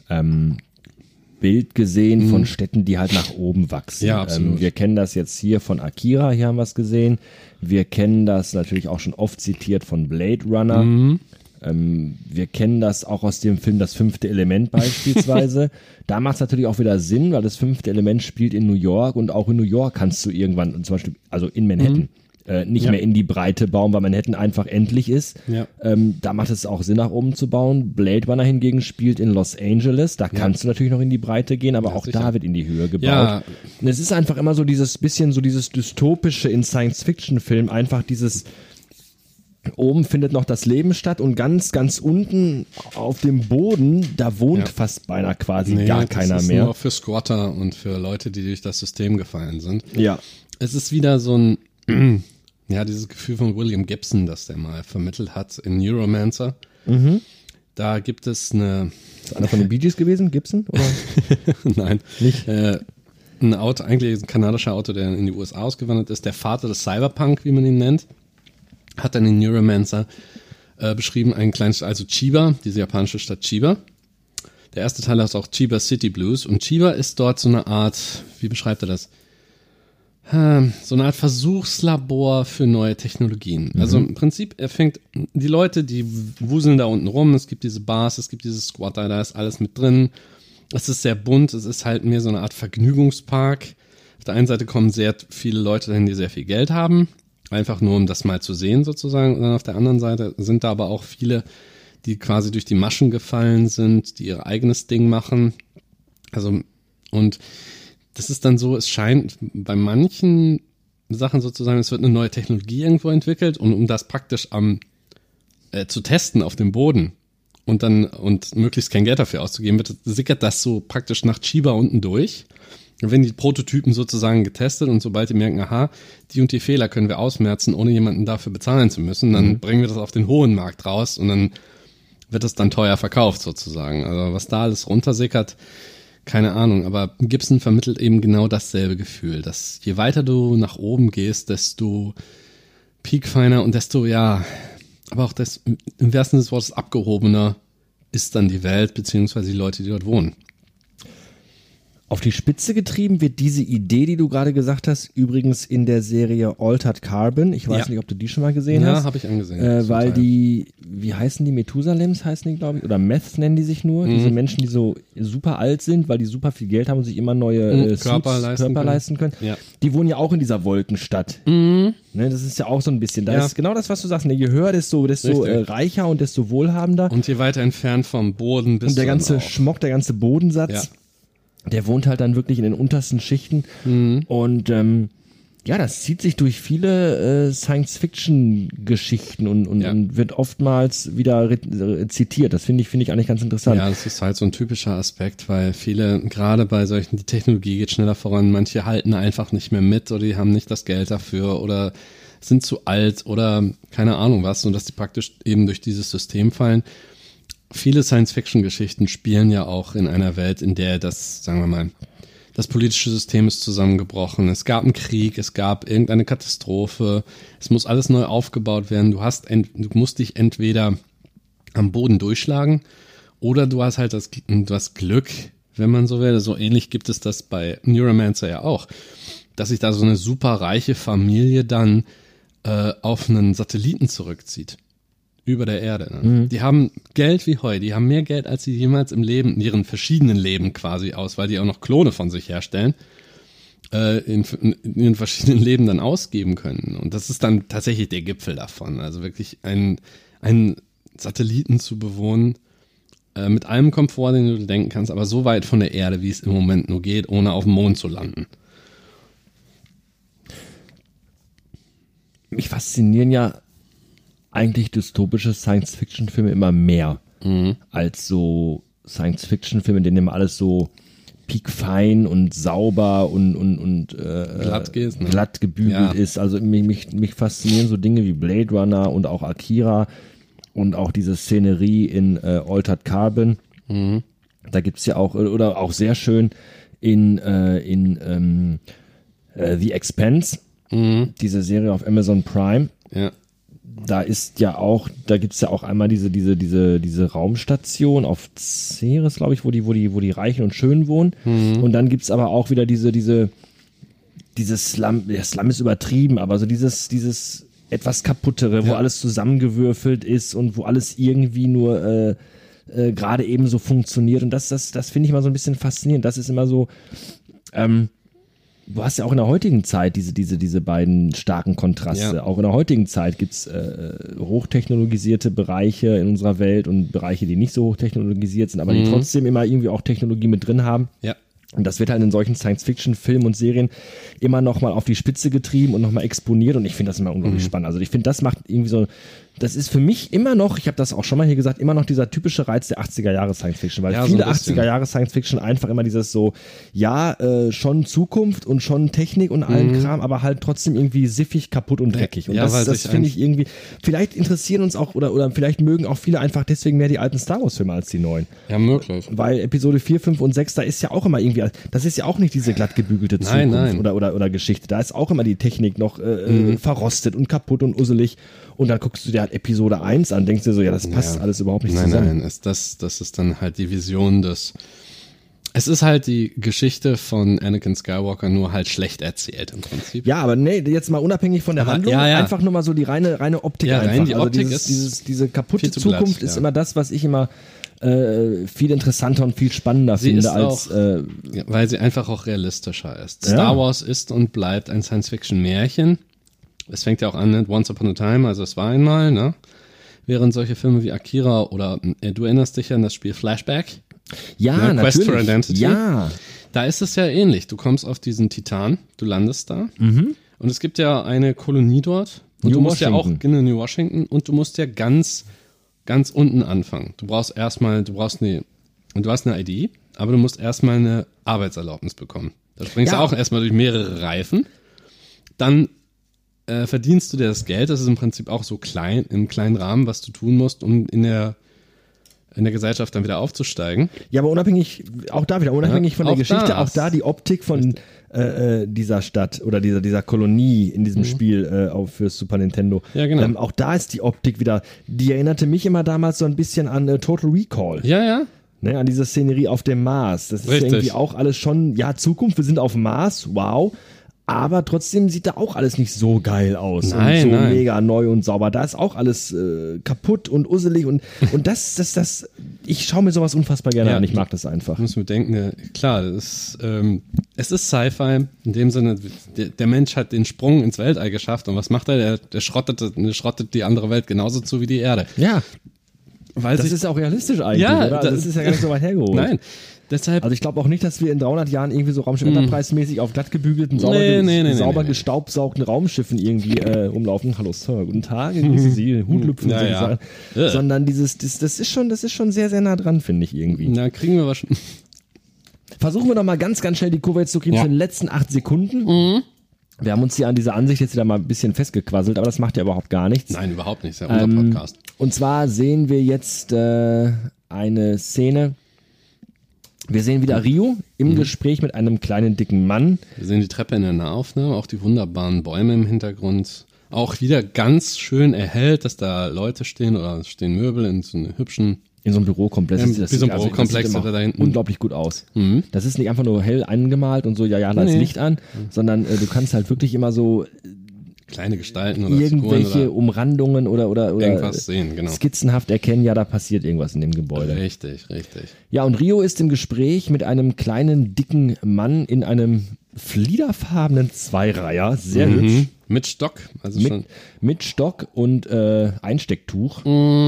Bild gesehen von Städten, die halt nach oben wachsen. Ja, absolut. Wir kennen das jetzt hier von Akira, hier haben wir es gesehen. Wir kennen das natürlich auch schon oft zitiert von Blade Runner. Wir kennen das auch aus dem Film Das 5. Element beispielsweise. Da macht es natürlich auch wieder Sinn, weil das 5. Element spielt in New York, und auch in New York kannst du irgendwann, zum Beispiel, also in Manhattan, nicht mehr in die Breite bauen, weil Manhattan einfach endlich ist. Ja. Da macht es auch Sinn, nach oben zu bauen. Blade Runner hingegen spielt in Los Angeles. Da kannst du natürlich noch in die Breite gehen, aber auch sicher. Da wird in die Höhe gebaut. Ja. Und es ist einfach immer so dieses Dystopische in Science-Fiction-Filmen, einfach dieses oben findet noch das Leben statt, und ganz, ganz unten auf dem Boden, da wohnt fast beinahe quasi gar keiner mehr. Das ist nur für Squatter und für Leute, die durch das System gefallen sind. Ja. Es ist wieder so ein dieses Gefühl von William Gibson, das der mal vermittelt hat in Neuromancer. Da gibt es eine... Ist einer von den Bee Gees gewesen, Gibson? Oder? Nein. Nicht? Ein Autor, eigentlich ein kanadischer Autor, der in die USA ausgewandert ist, der Vater des Cyberpunk, wie man ihn nennt, hat dann in Neuromancer beschrieben, also Chiba, diese japanische Stadt Chiba. Der erste Teil heißt auch Chiba City Blues, und Chiba ist dort so eine Art, wie beschreibt er das? So eine Art Versuchslabor für neue Technologien. Also im Prinzip, die Leute, die wuseln da unten rum, es gibt diese Bars, es gibt diese Squatter, da ist alles mit drin. Es ist sehr bunt, es ist halt mehr so eine Art Vergnügungspark. Auf der einen Seite kommen sehr viele Leute dahin, die sehr viel Geld haben, einfach nur um das mal zu sehen sozusagen. Und dann auf der anderen Seite sind da aber auch viele, die quasi durch die Maschen gefallen sind, die ihr eigenes Ding machen. Also, und das ist dann so, es scheint bei manchen Sachen sozusagen, es wird eine neue Technologie irgendwo entwickelt und um das praktisch zu testen auf dem Boden und möglichst kein Geld dafür auszugeben, sickert das so praktisch nach Chiba unten durch. Dann werden die Prototypen sozusagen getestet und sobald die merken, aha, die und die Fehler können wir ausmerzen, ohne jemanden dafür bezahlen zu müssen, dann bringen wir das auf den hohen Markt raus und dann wird es dann teuer verkauft sozusagen. Also was da alles runtersickert, keine Ahnung, aber Gibson vermittelt eben genau dasselbe Gefühl, dass je weiter du nach oben gehst, desto piekfeiner und desto, ja, aber auch das, im wahrsten Sinne des Wortes, abgehobener ist dann die Welt, beziehungsweise die Leute, die dort wohnen. Auf die Spitze getrieben wird diese Idee, die du gerade gesagt hast, übrigens in der Serie Altered Carbon. Ich weiß nicht, ob du die schon mal gesehen hast. Ja, habe ich angesehen. Weil die, wie heißen die, Methusalems heißen die, glaube ich, oder Meth nennen die sich nur. Diese Menschen, die so super alt sind, weil die super viel Geld haben und sich immer neue Körper leisten können. Ja. Die wohnen ja auch in dieser Wolkenstadt. Ne, das ist ja auch so ein bisschen, da ist genau das, was du sagst. Ne, je höher, desto reicher und desto wohlhabender. Und je weiter entfernt vom Boden bist du. Und der ganze Schmock, der ganze Bodensatz, der wohnt halt dann wirklich in den untersten Schichten. Und das zieht sich durch viele Science-Fiction-Geschichten und wird oftmals wieder zitiert. Das finde ich eigentlich ganz interessant. Ja, das ist halt so ein typischer Aspekt, weil viele, gerade bei solchen, die Technologie geht schneller voran, manche halten einfach nicht mehr mit oder die haben nicht das Geld dafür oder sind zu alt oder keine Ahnung was, und dass die praktisch eben durch dieses System fallen. Viele Science-Fiction-Geschichten spielen ja auch in einer Welt, in der das, sagen wir mal, das politische System ist zusammengebrochen. Es gab einen Krieg, es gab irgendeine Katastrophe. Es muss alles neu aufgebaut werden. Du musst dich entweder am Boden durchschlagen oder du hast halt das Glück, wenn man so will. So ähnlich gibt es das bei Neuromancer ja auch, dass sich da so eine super reiche Familie dann auf einen Satelliten zurückzieht. Über der Erde. Ne? Die haben Geld wie Heu, die haben mehr Geld, als sie jemals im Leben, in ihren verschiedenen Leben quasi weil die auch noch Klone von sich herstellen, in ihren verschiedenen Leben dann ausgeben können. Und das ist dann tatsächlich der Gipfel davon. Also wirklich einen Satelliten zu bewohnen, mit allem Komfort, den du denken kannst, aber so weit von der Erde, wie es im Moment nur geht, ohne auf dem Mond zu landen. Mich faszinieren ja eigentlich dystopische Science-Fiction-Filme immer mehr als so Science-Fiction-Filme, in denen immer alles so piekfein und sauber und glatt gebügelt ist. Also mich faszinieren so Dinge wie Blade Runner und auch Akira und auch diese Szenerie in Altered Carbon. Da gibt's ja auch, oder auch sehr schön in The Expanse, diese Serie auf Amazon Prime. Ja. Da gibt's ja auch einmal diese Raumstation auf Ceres, glaube ich, wo die Reichen und Schönen wohnen. Und dann gibt's aber auch wieder dieses Slum, der Slum ist übertrieben, aber so dieses etwas kaputtere, wo alles zusammengewürfelt ist und wo alles irgendwie nur gerade eben so funktioniert. Und das finde ich immer so ein bisschen faszinierend. Das ist immer so, du hast ja auch in der heutigen Zeit diese beiden starken Kontraste. Ja. Auch in der heutigen Zeit gibt's hochtechnologisierte Bereiche in unserer Welt und Bereiche, die nicht so hochtechnologisiert sind, aber die trotzdem immer irgendwie auch Technologie mit drin haben. Ja. Und das wird halt in solchen Science-Fiction-Filmen und Serien immer noch mal auf die Spitze getrieben und noch mal exponiert. Und ich finde das immer unglaublich spannend. Also ich finde, das macht irgendwie so, das ist für mich immer noch, ich habe das auch schon mal hier gesagt, immer noch dieser typische Reiz der 80er Jahre Science-Fiction. Weil viele 80er Jahre Science-Fiction einfach immer dieses so, schon Zukunft und schon Technik und allen Kram, aber halt trotzdem irgendwie siffig, kaputt und dreckig. Und das finde ich irgendwie, vielleicht interessieren uns auch, oder vielleicht mögen auch viele einfach deswegen mehr die alten Star Wars-Filme als die neuen. Ja, möglich. Weil Episode 4, 5 und 6, da ist ja auch immer irgendwie, das ist ja auch nicht diese glatt gebügelte Zukunft oder Geschichte. Da ist auch immer die Technik noch verrostet und kaputt und usselig. Und dann guckst du dir halt Episode 1 an, denkst dir so, ja, das passt alles überhaupt nicht zusammen. Nein, das ist dann halt die Vision es ist halt die Geschichte von Anakin Skywalker, nur halt schlecht erzählt im Prinzip. Ja, aber nee, jetzt mal unabhängig von der Handlung, einfach nur mal so die reine Optik einfach. Die Optik also diese kaputte Zukunft ist immer das, was ich immer viel interessanter und viel spannender finde als... weil sie einfach auch realistischer ist. Star Wars ist und bleibt ein Science-Fiction-Märchen. Es fängt ja auch an mit Once Upon a Time, also es war einmal, ne? Während solche Filme wie Akira oder du erinnerst dich an das Spiel Flashback? Ja, ne? natürlich. Quest for Identity. Ja. Da ist es ja ähnlich. Du kommst auf diesen Titan, du landest da und es gibt ja eine Kolonie dort. Und du musst ja auch in New Washington und du musst ja ganz unten anfangen. Du hast eine ID, aber du musst erstmal eine Arbeitserlaubnis bekommen. Da springst du auch erstmal durch mehrere Reifen. Dann verdienst du dir das Geld. Das ist im Prinzip auch so im kleinen Rahmen, was du tun musst, um in der Gesellschaft dann wieder aufzusteigen. Ja, aber unabhängig von der Geschichte, auch da die Optik von dieser Stadt oder dieser Kolonie in diesem Spiel für Super Nintendo. Ja, genau. Auch da ist die Optik wieder, die erinnerte mich immer damals so ein bisschen an Total Recall. Ja, ja. Ne, an diese Szenerie auf dem Mars. Das ist Richtig. irgendwie auch alles schon, Zukunft, wir sind auf dem Mars, wow. Aber trotzdem sieht da auch alles nicht so geil aus. Nein. Mega neu und sauber. Da ist auch alles kaputt und usselig und das, ich schaue mir sowas unfassbar gerne an. Ich mag das einfach. Du musst mir denken, klar, es ist Sci-Fi. In dem Sinne, der Mensch hat den Sprung ins Weltall geschafft und was macht er? Der schrottet die andere Welt genauso zu wie die Erde. Ja. Das ist auch realistisch eigentlich, oder? Das ist ja gar nicht so weit hergeholt. Nein. Deshalb, also ich glaube auch nicht, dass wir in 300 Jahren irgendwie so Raumschiff Enterprise-mäßig auf glatt gebügelten, sauber gestaubsaugten Raumschiffen irgendwie rumlaufen. Hallo Sir, guten Tag, grüße Sie, Hutlüpfen, sagen. Sondern das ist schon sehr, sehr nah dran, finde ich irgendwie. Na, kriegen wir was. Versuchen wir doch mal ganz, ganz schnell die Kurve jetzt zu kriegen für den letzten 8 Sekunden. Wir haben uns hier an dieser Ansicht jetzt wieder mal ein bisschen festgequasselt, aber das macht ja überhaupt gar nichts. Nein, überhaupt nicht, ist ja unser Podcast. Und zwar sehen wir jetzt eine Szene. Wir sehen wieder Rio im Gespräch mit einem kleinen, dicken Mann. Wir sehen die Treppe in der Nahaufnahme, auch die wunderbaren Bäume im Hintergrund. Auch wieder ganz schön erhellt, dass da Leute stehen oder stehen Möbel in so einem hübschen... In so einem Bürokomplex. Das sieht da hinten unglaublich gut aus. Das ist nicht einfach nur hell angemalt und so, da ist Licht an, sondern du kannst halt wirklich immer so... kleine Gestalten oder irgendwelche Figuren oder Umrandungen oder irgendwas sehen, genau. Skizzenhaft erkennen, da passiert irgendwas in dem Gebäude. Richtig. Ja, und Rio ist im Gespräch mit einem kleinen, dicken Mann in einem fliederfarbenen Zweireiher, sehr hübsch. Mit Stock, also schon. Mit Stock und Einstecktuch.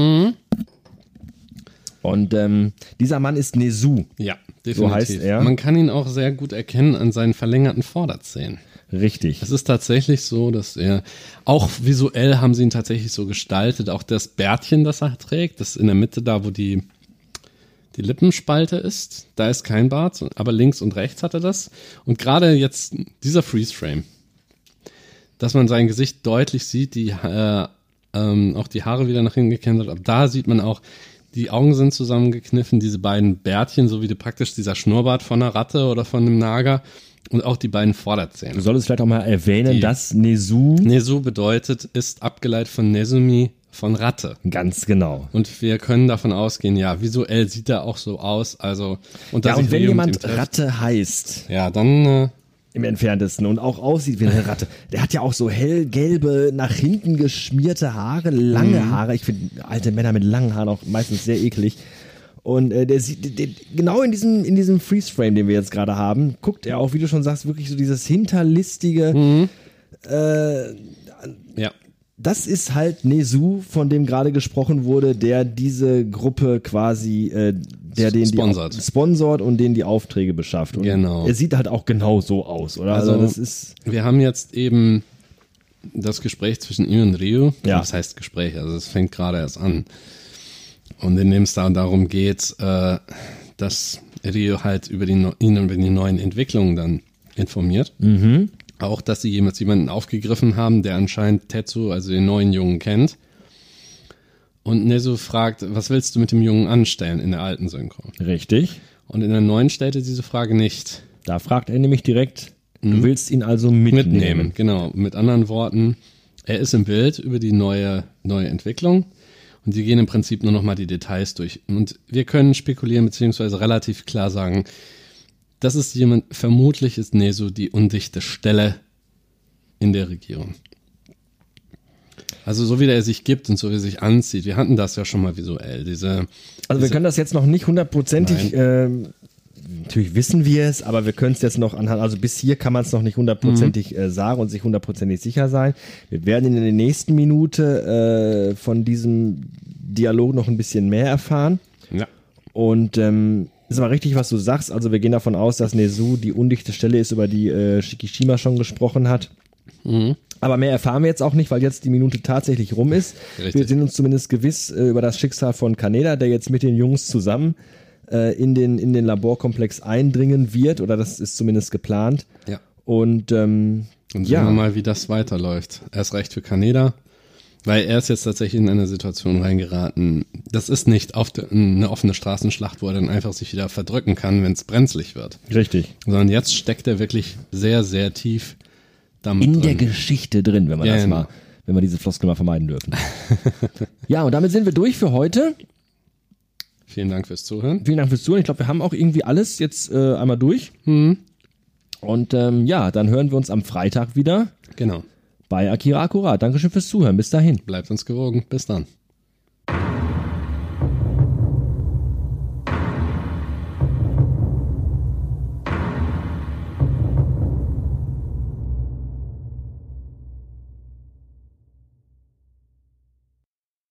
Und dieser Mann ist Nezu. Ja, definitiv. So heißt er. Man kann ihn auch sehr gut erkennen an seinen verlängerten Vorderzähnen. Richtig. Es ist tatsächlich so, dass er, auch visuell haben sie ihn tatsächlich so gestaltet, auch das Bärtchen, das er trägt, das in der Mitte da, wo die Lippenspalte ist, da ist kein Bart, aber links und rechts hat er das. Und gerade jetzt dieser Freeze-Frame, dass man sein Gesicht deutlich sieht, auch die Haare wieder nach hinten gekämmt hat, aber da sieht man auch, die Augen sind zusammengekniffen, diese beiden Bärtchen, so wie praktisch dieser Schnurrbart von einer Ratte oder von einem Nager. Und auch die beiden Vorderzähne. Du solltest vielleicht auch mal erwähnen, dass Nezu bedeutet, ist abgeleitet von Nezumi, von Ratte. Ganz genau. Und wir können davon ausgehen, visuell sieht er auch so aus. Also, und wenn jemand Ratte heißt, dann im Entferntesten und auch aussieht wie eine Ratte, der hat ja auch so hellgelbe, nach hinten geschmierte Haare, lange Haare. Ich finde alte Männer mit langen Haaren auch meistens sehr eklig. Und der genau in diesem Freeze-Frame, den wir jetzt gerade haben, guckt er auch, wie du schon sagst, wirklich so dieses hinterlistige. Das ist halt Nezu, von dem gerade gesprochen wurde, der diese Gruppe quasi, der den sponsort und denen die Aufträge beschafft. Und genau. Er sieht halt auch genau so aus, oder? Also das ist. Wir haben jetzt eben das Gespräch zwischen ihm und Rio. Ja. Das heißt Gespräch, also es fängt gerade erst an. Und in dem es da darum geht, dass Rio halt ihn über die neuen Entwicklungen dann informiert. Auch, dass sie jemanden aufgegriffen haben, der anscheinend Tetsu, also den neuen Jungen, kennt. Und Nezu fragt, was willst du mit dem Jungen anstellen in der alten Synchro? Richtig. Und in der neuen stellt er diese Frage nicht. Da fragt er nämlich direkt, du willst ihn also mitnehmen. Genau. Mit anderen Worten, er ist im Bild über die neue Entwicklung. Und sie gehen im Prinzip nur noch mal die Details durch. Und wir können spekulieren, beziehungsweise relativ klar sagen, das ist vermutlich ist Nezu die undichte Stelle in der Regierung. Also so wie er sich gibt und so wie er sich anzieht. Wir hatten das ja schon mal visuell. Also wir können das jetzt noch nicht hundertprozentig, natürlich wissen wir es, aber wir können es jetzt noch anhand, also bis hier kann man es noch nicht hundertprozentig sagen und sich hundertprozentig sicher sein. Wir werden in der nächsten Minute von diesem Dialog noch ein bisschen mehr erfahren. Ja. Und ist aber richtig, was du sagst. Also wir gehen davon aus, dass Nezu die undichte Stelle ist, über die Shikishima schon gesprochen hat. Aber mehr erfahren wir jetzt auch nicht, weil jetzt die Minute tatsächlich rum ist. Richtig. Wir sind uns zumindest gewiss über das Schicksal von Kaneda, der jetzt mit den Jungs zusammen in den Laborkomplex eindringen wird, oder das ist zumindest geplant. Ja. Und sehen wir mal, wie das weiterläuft. Erst recht für Kaneda, weil er ist jetzt tatsächlich in eine Situation reingeraten. Das ist nicht eine offene Straßenschlacht, wo er dann einfach sich wieder verdrücken kann, wenn es brenzlig wird. Richtig. Sondern jetzt steckt er wirklich sehr, sehr tief damit In drin. der Geschichte drin, wenn wir Ja, das genau. mal, wenn wir diese Floskel mal vermeiden dürfen. Ja, und damit sind wir durch für heute. Vielen Dank fürs Zuhören. Vielen Dank fürs Zuhören. Ich glaube, wir haben auch irgendwie alles jetzt einmal durch. Und dann hören wir uns am Freitag wieder Genau. bei Akira Akkurat. Dankeschön fürs Zuhören. Bis dahin. Bleibt uns gewogen. Bis dann.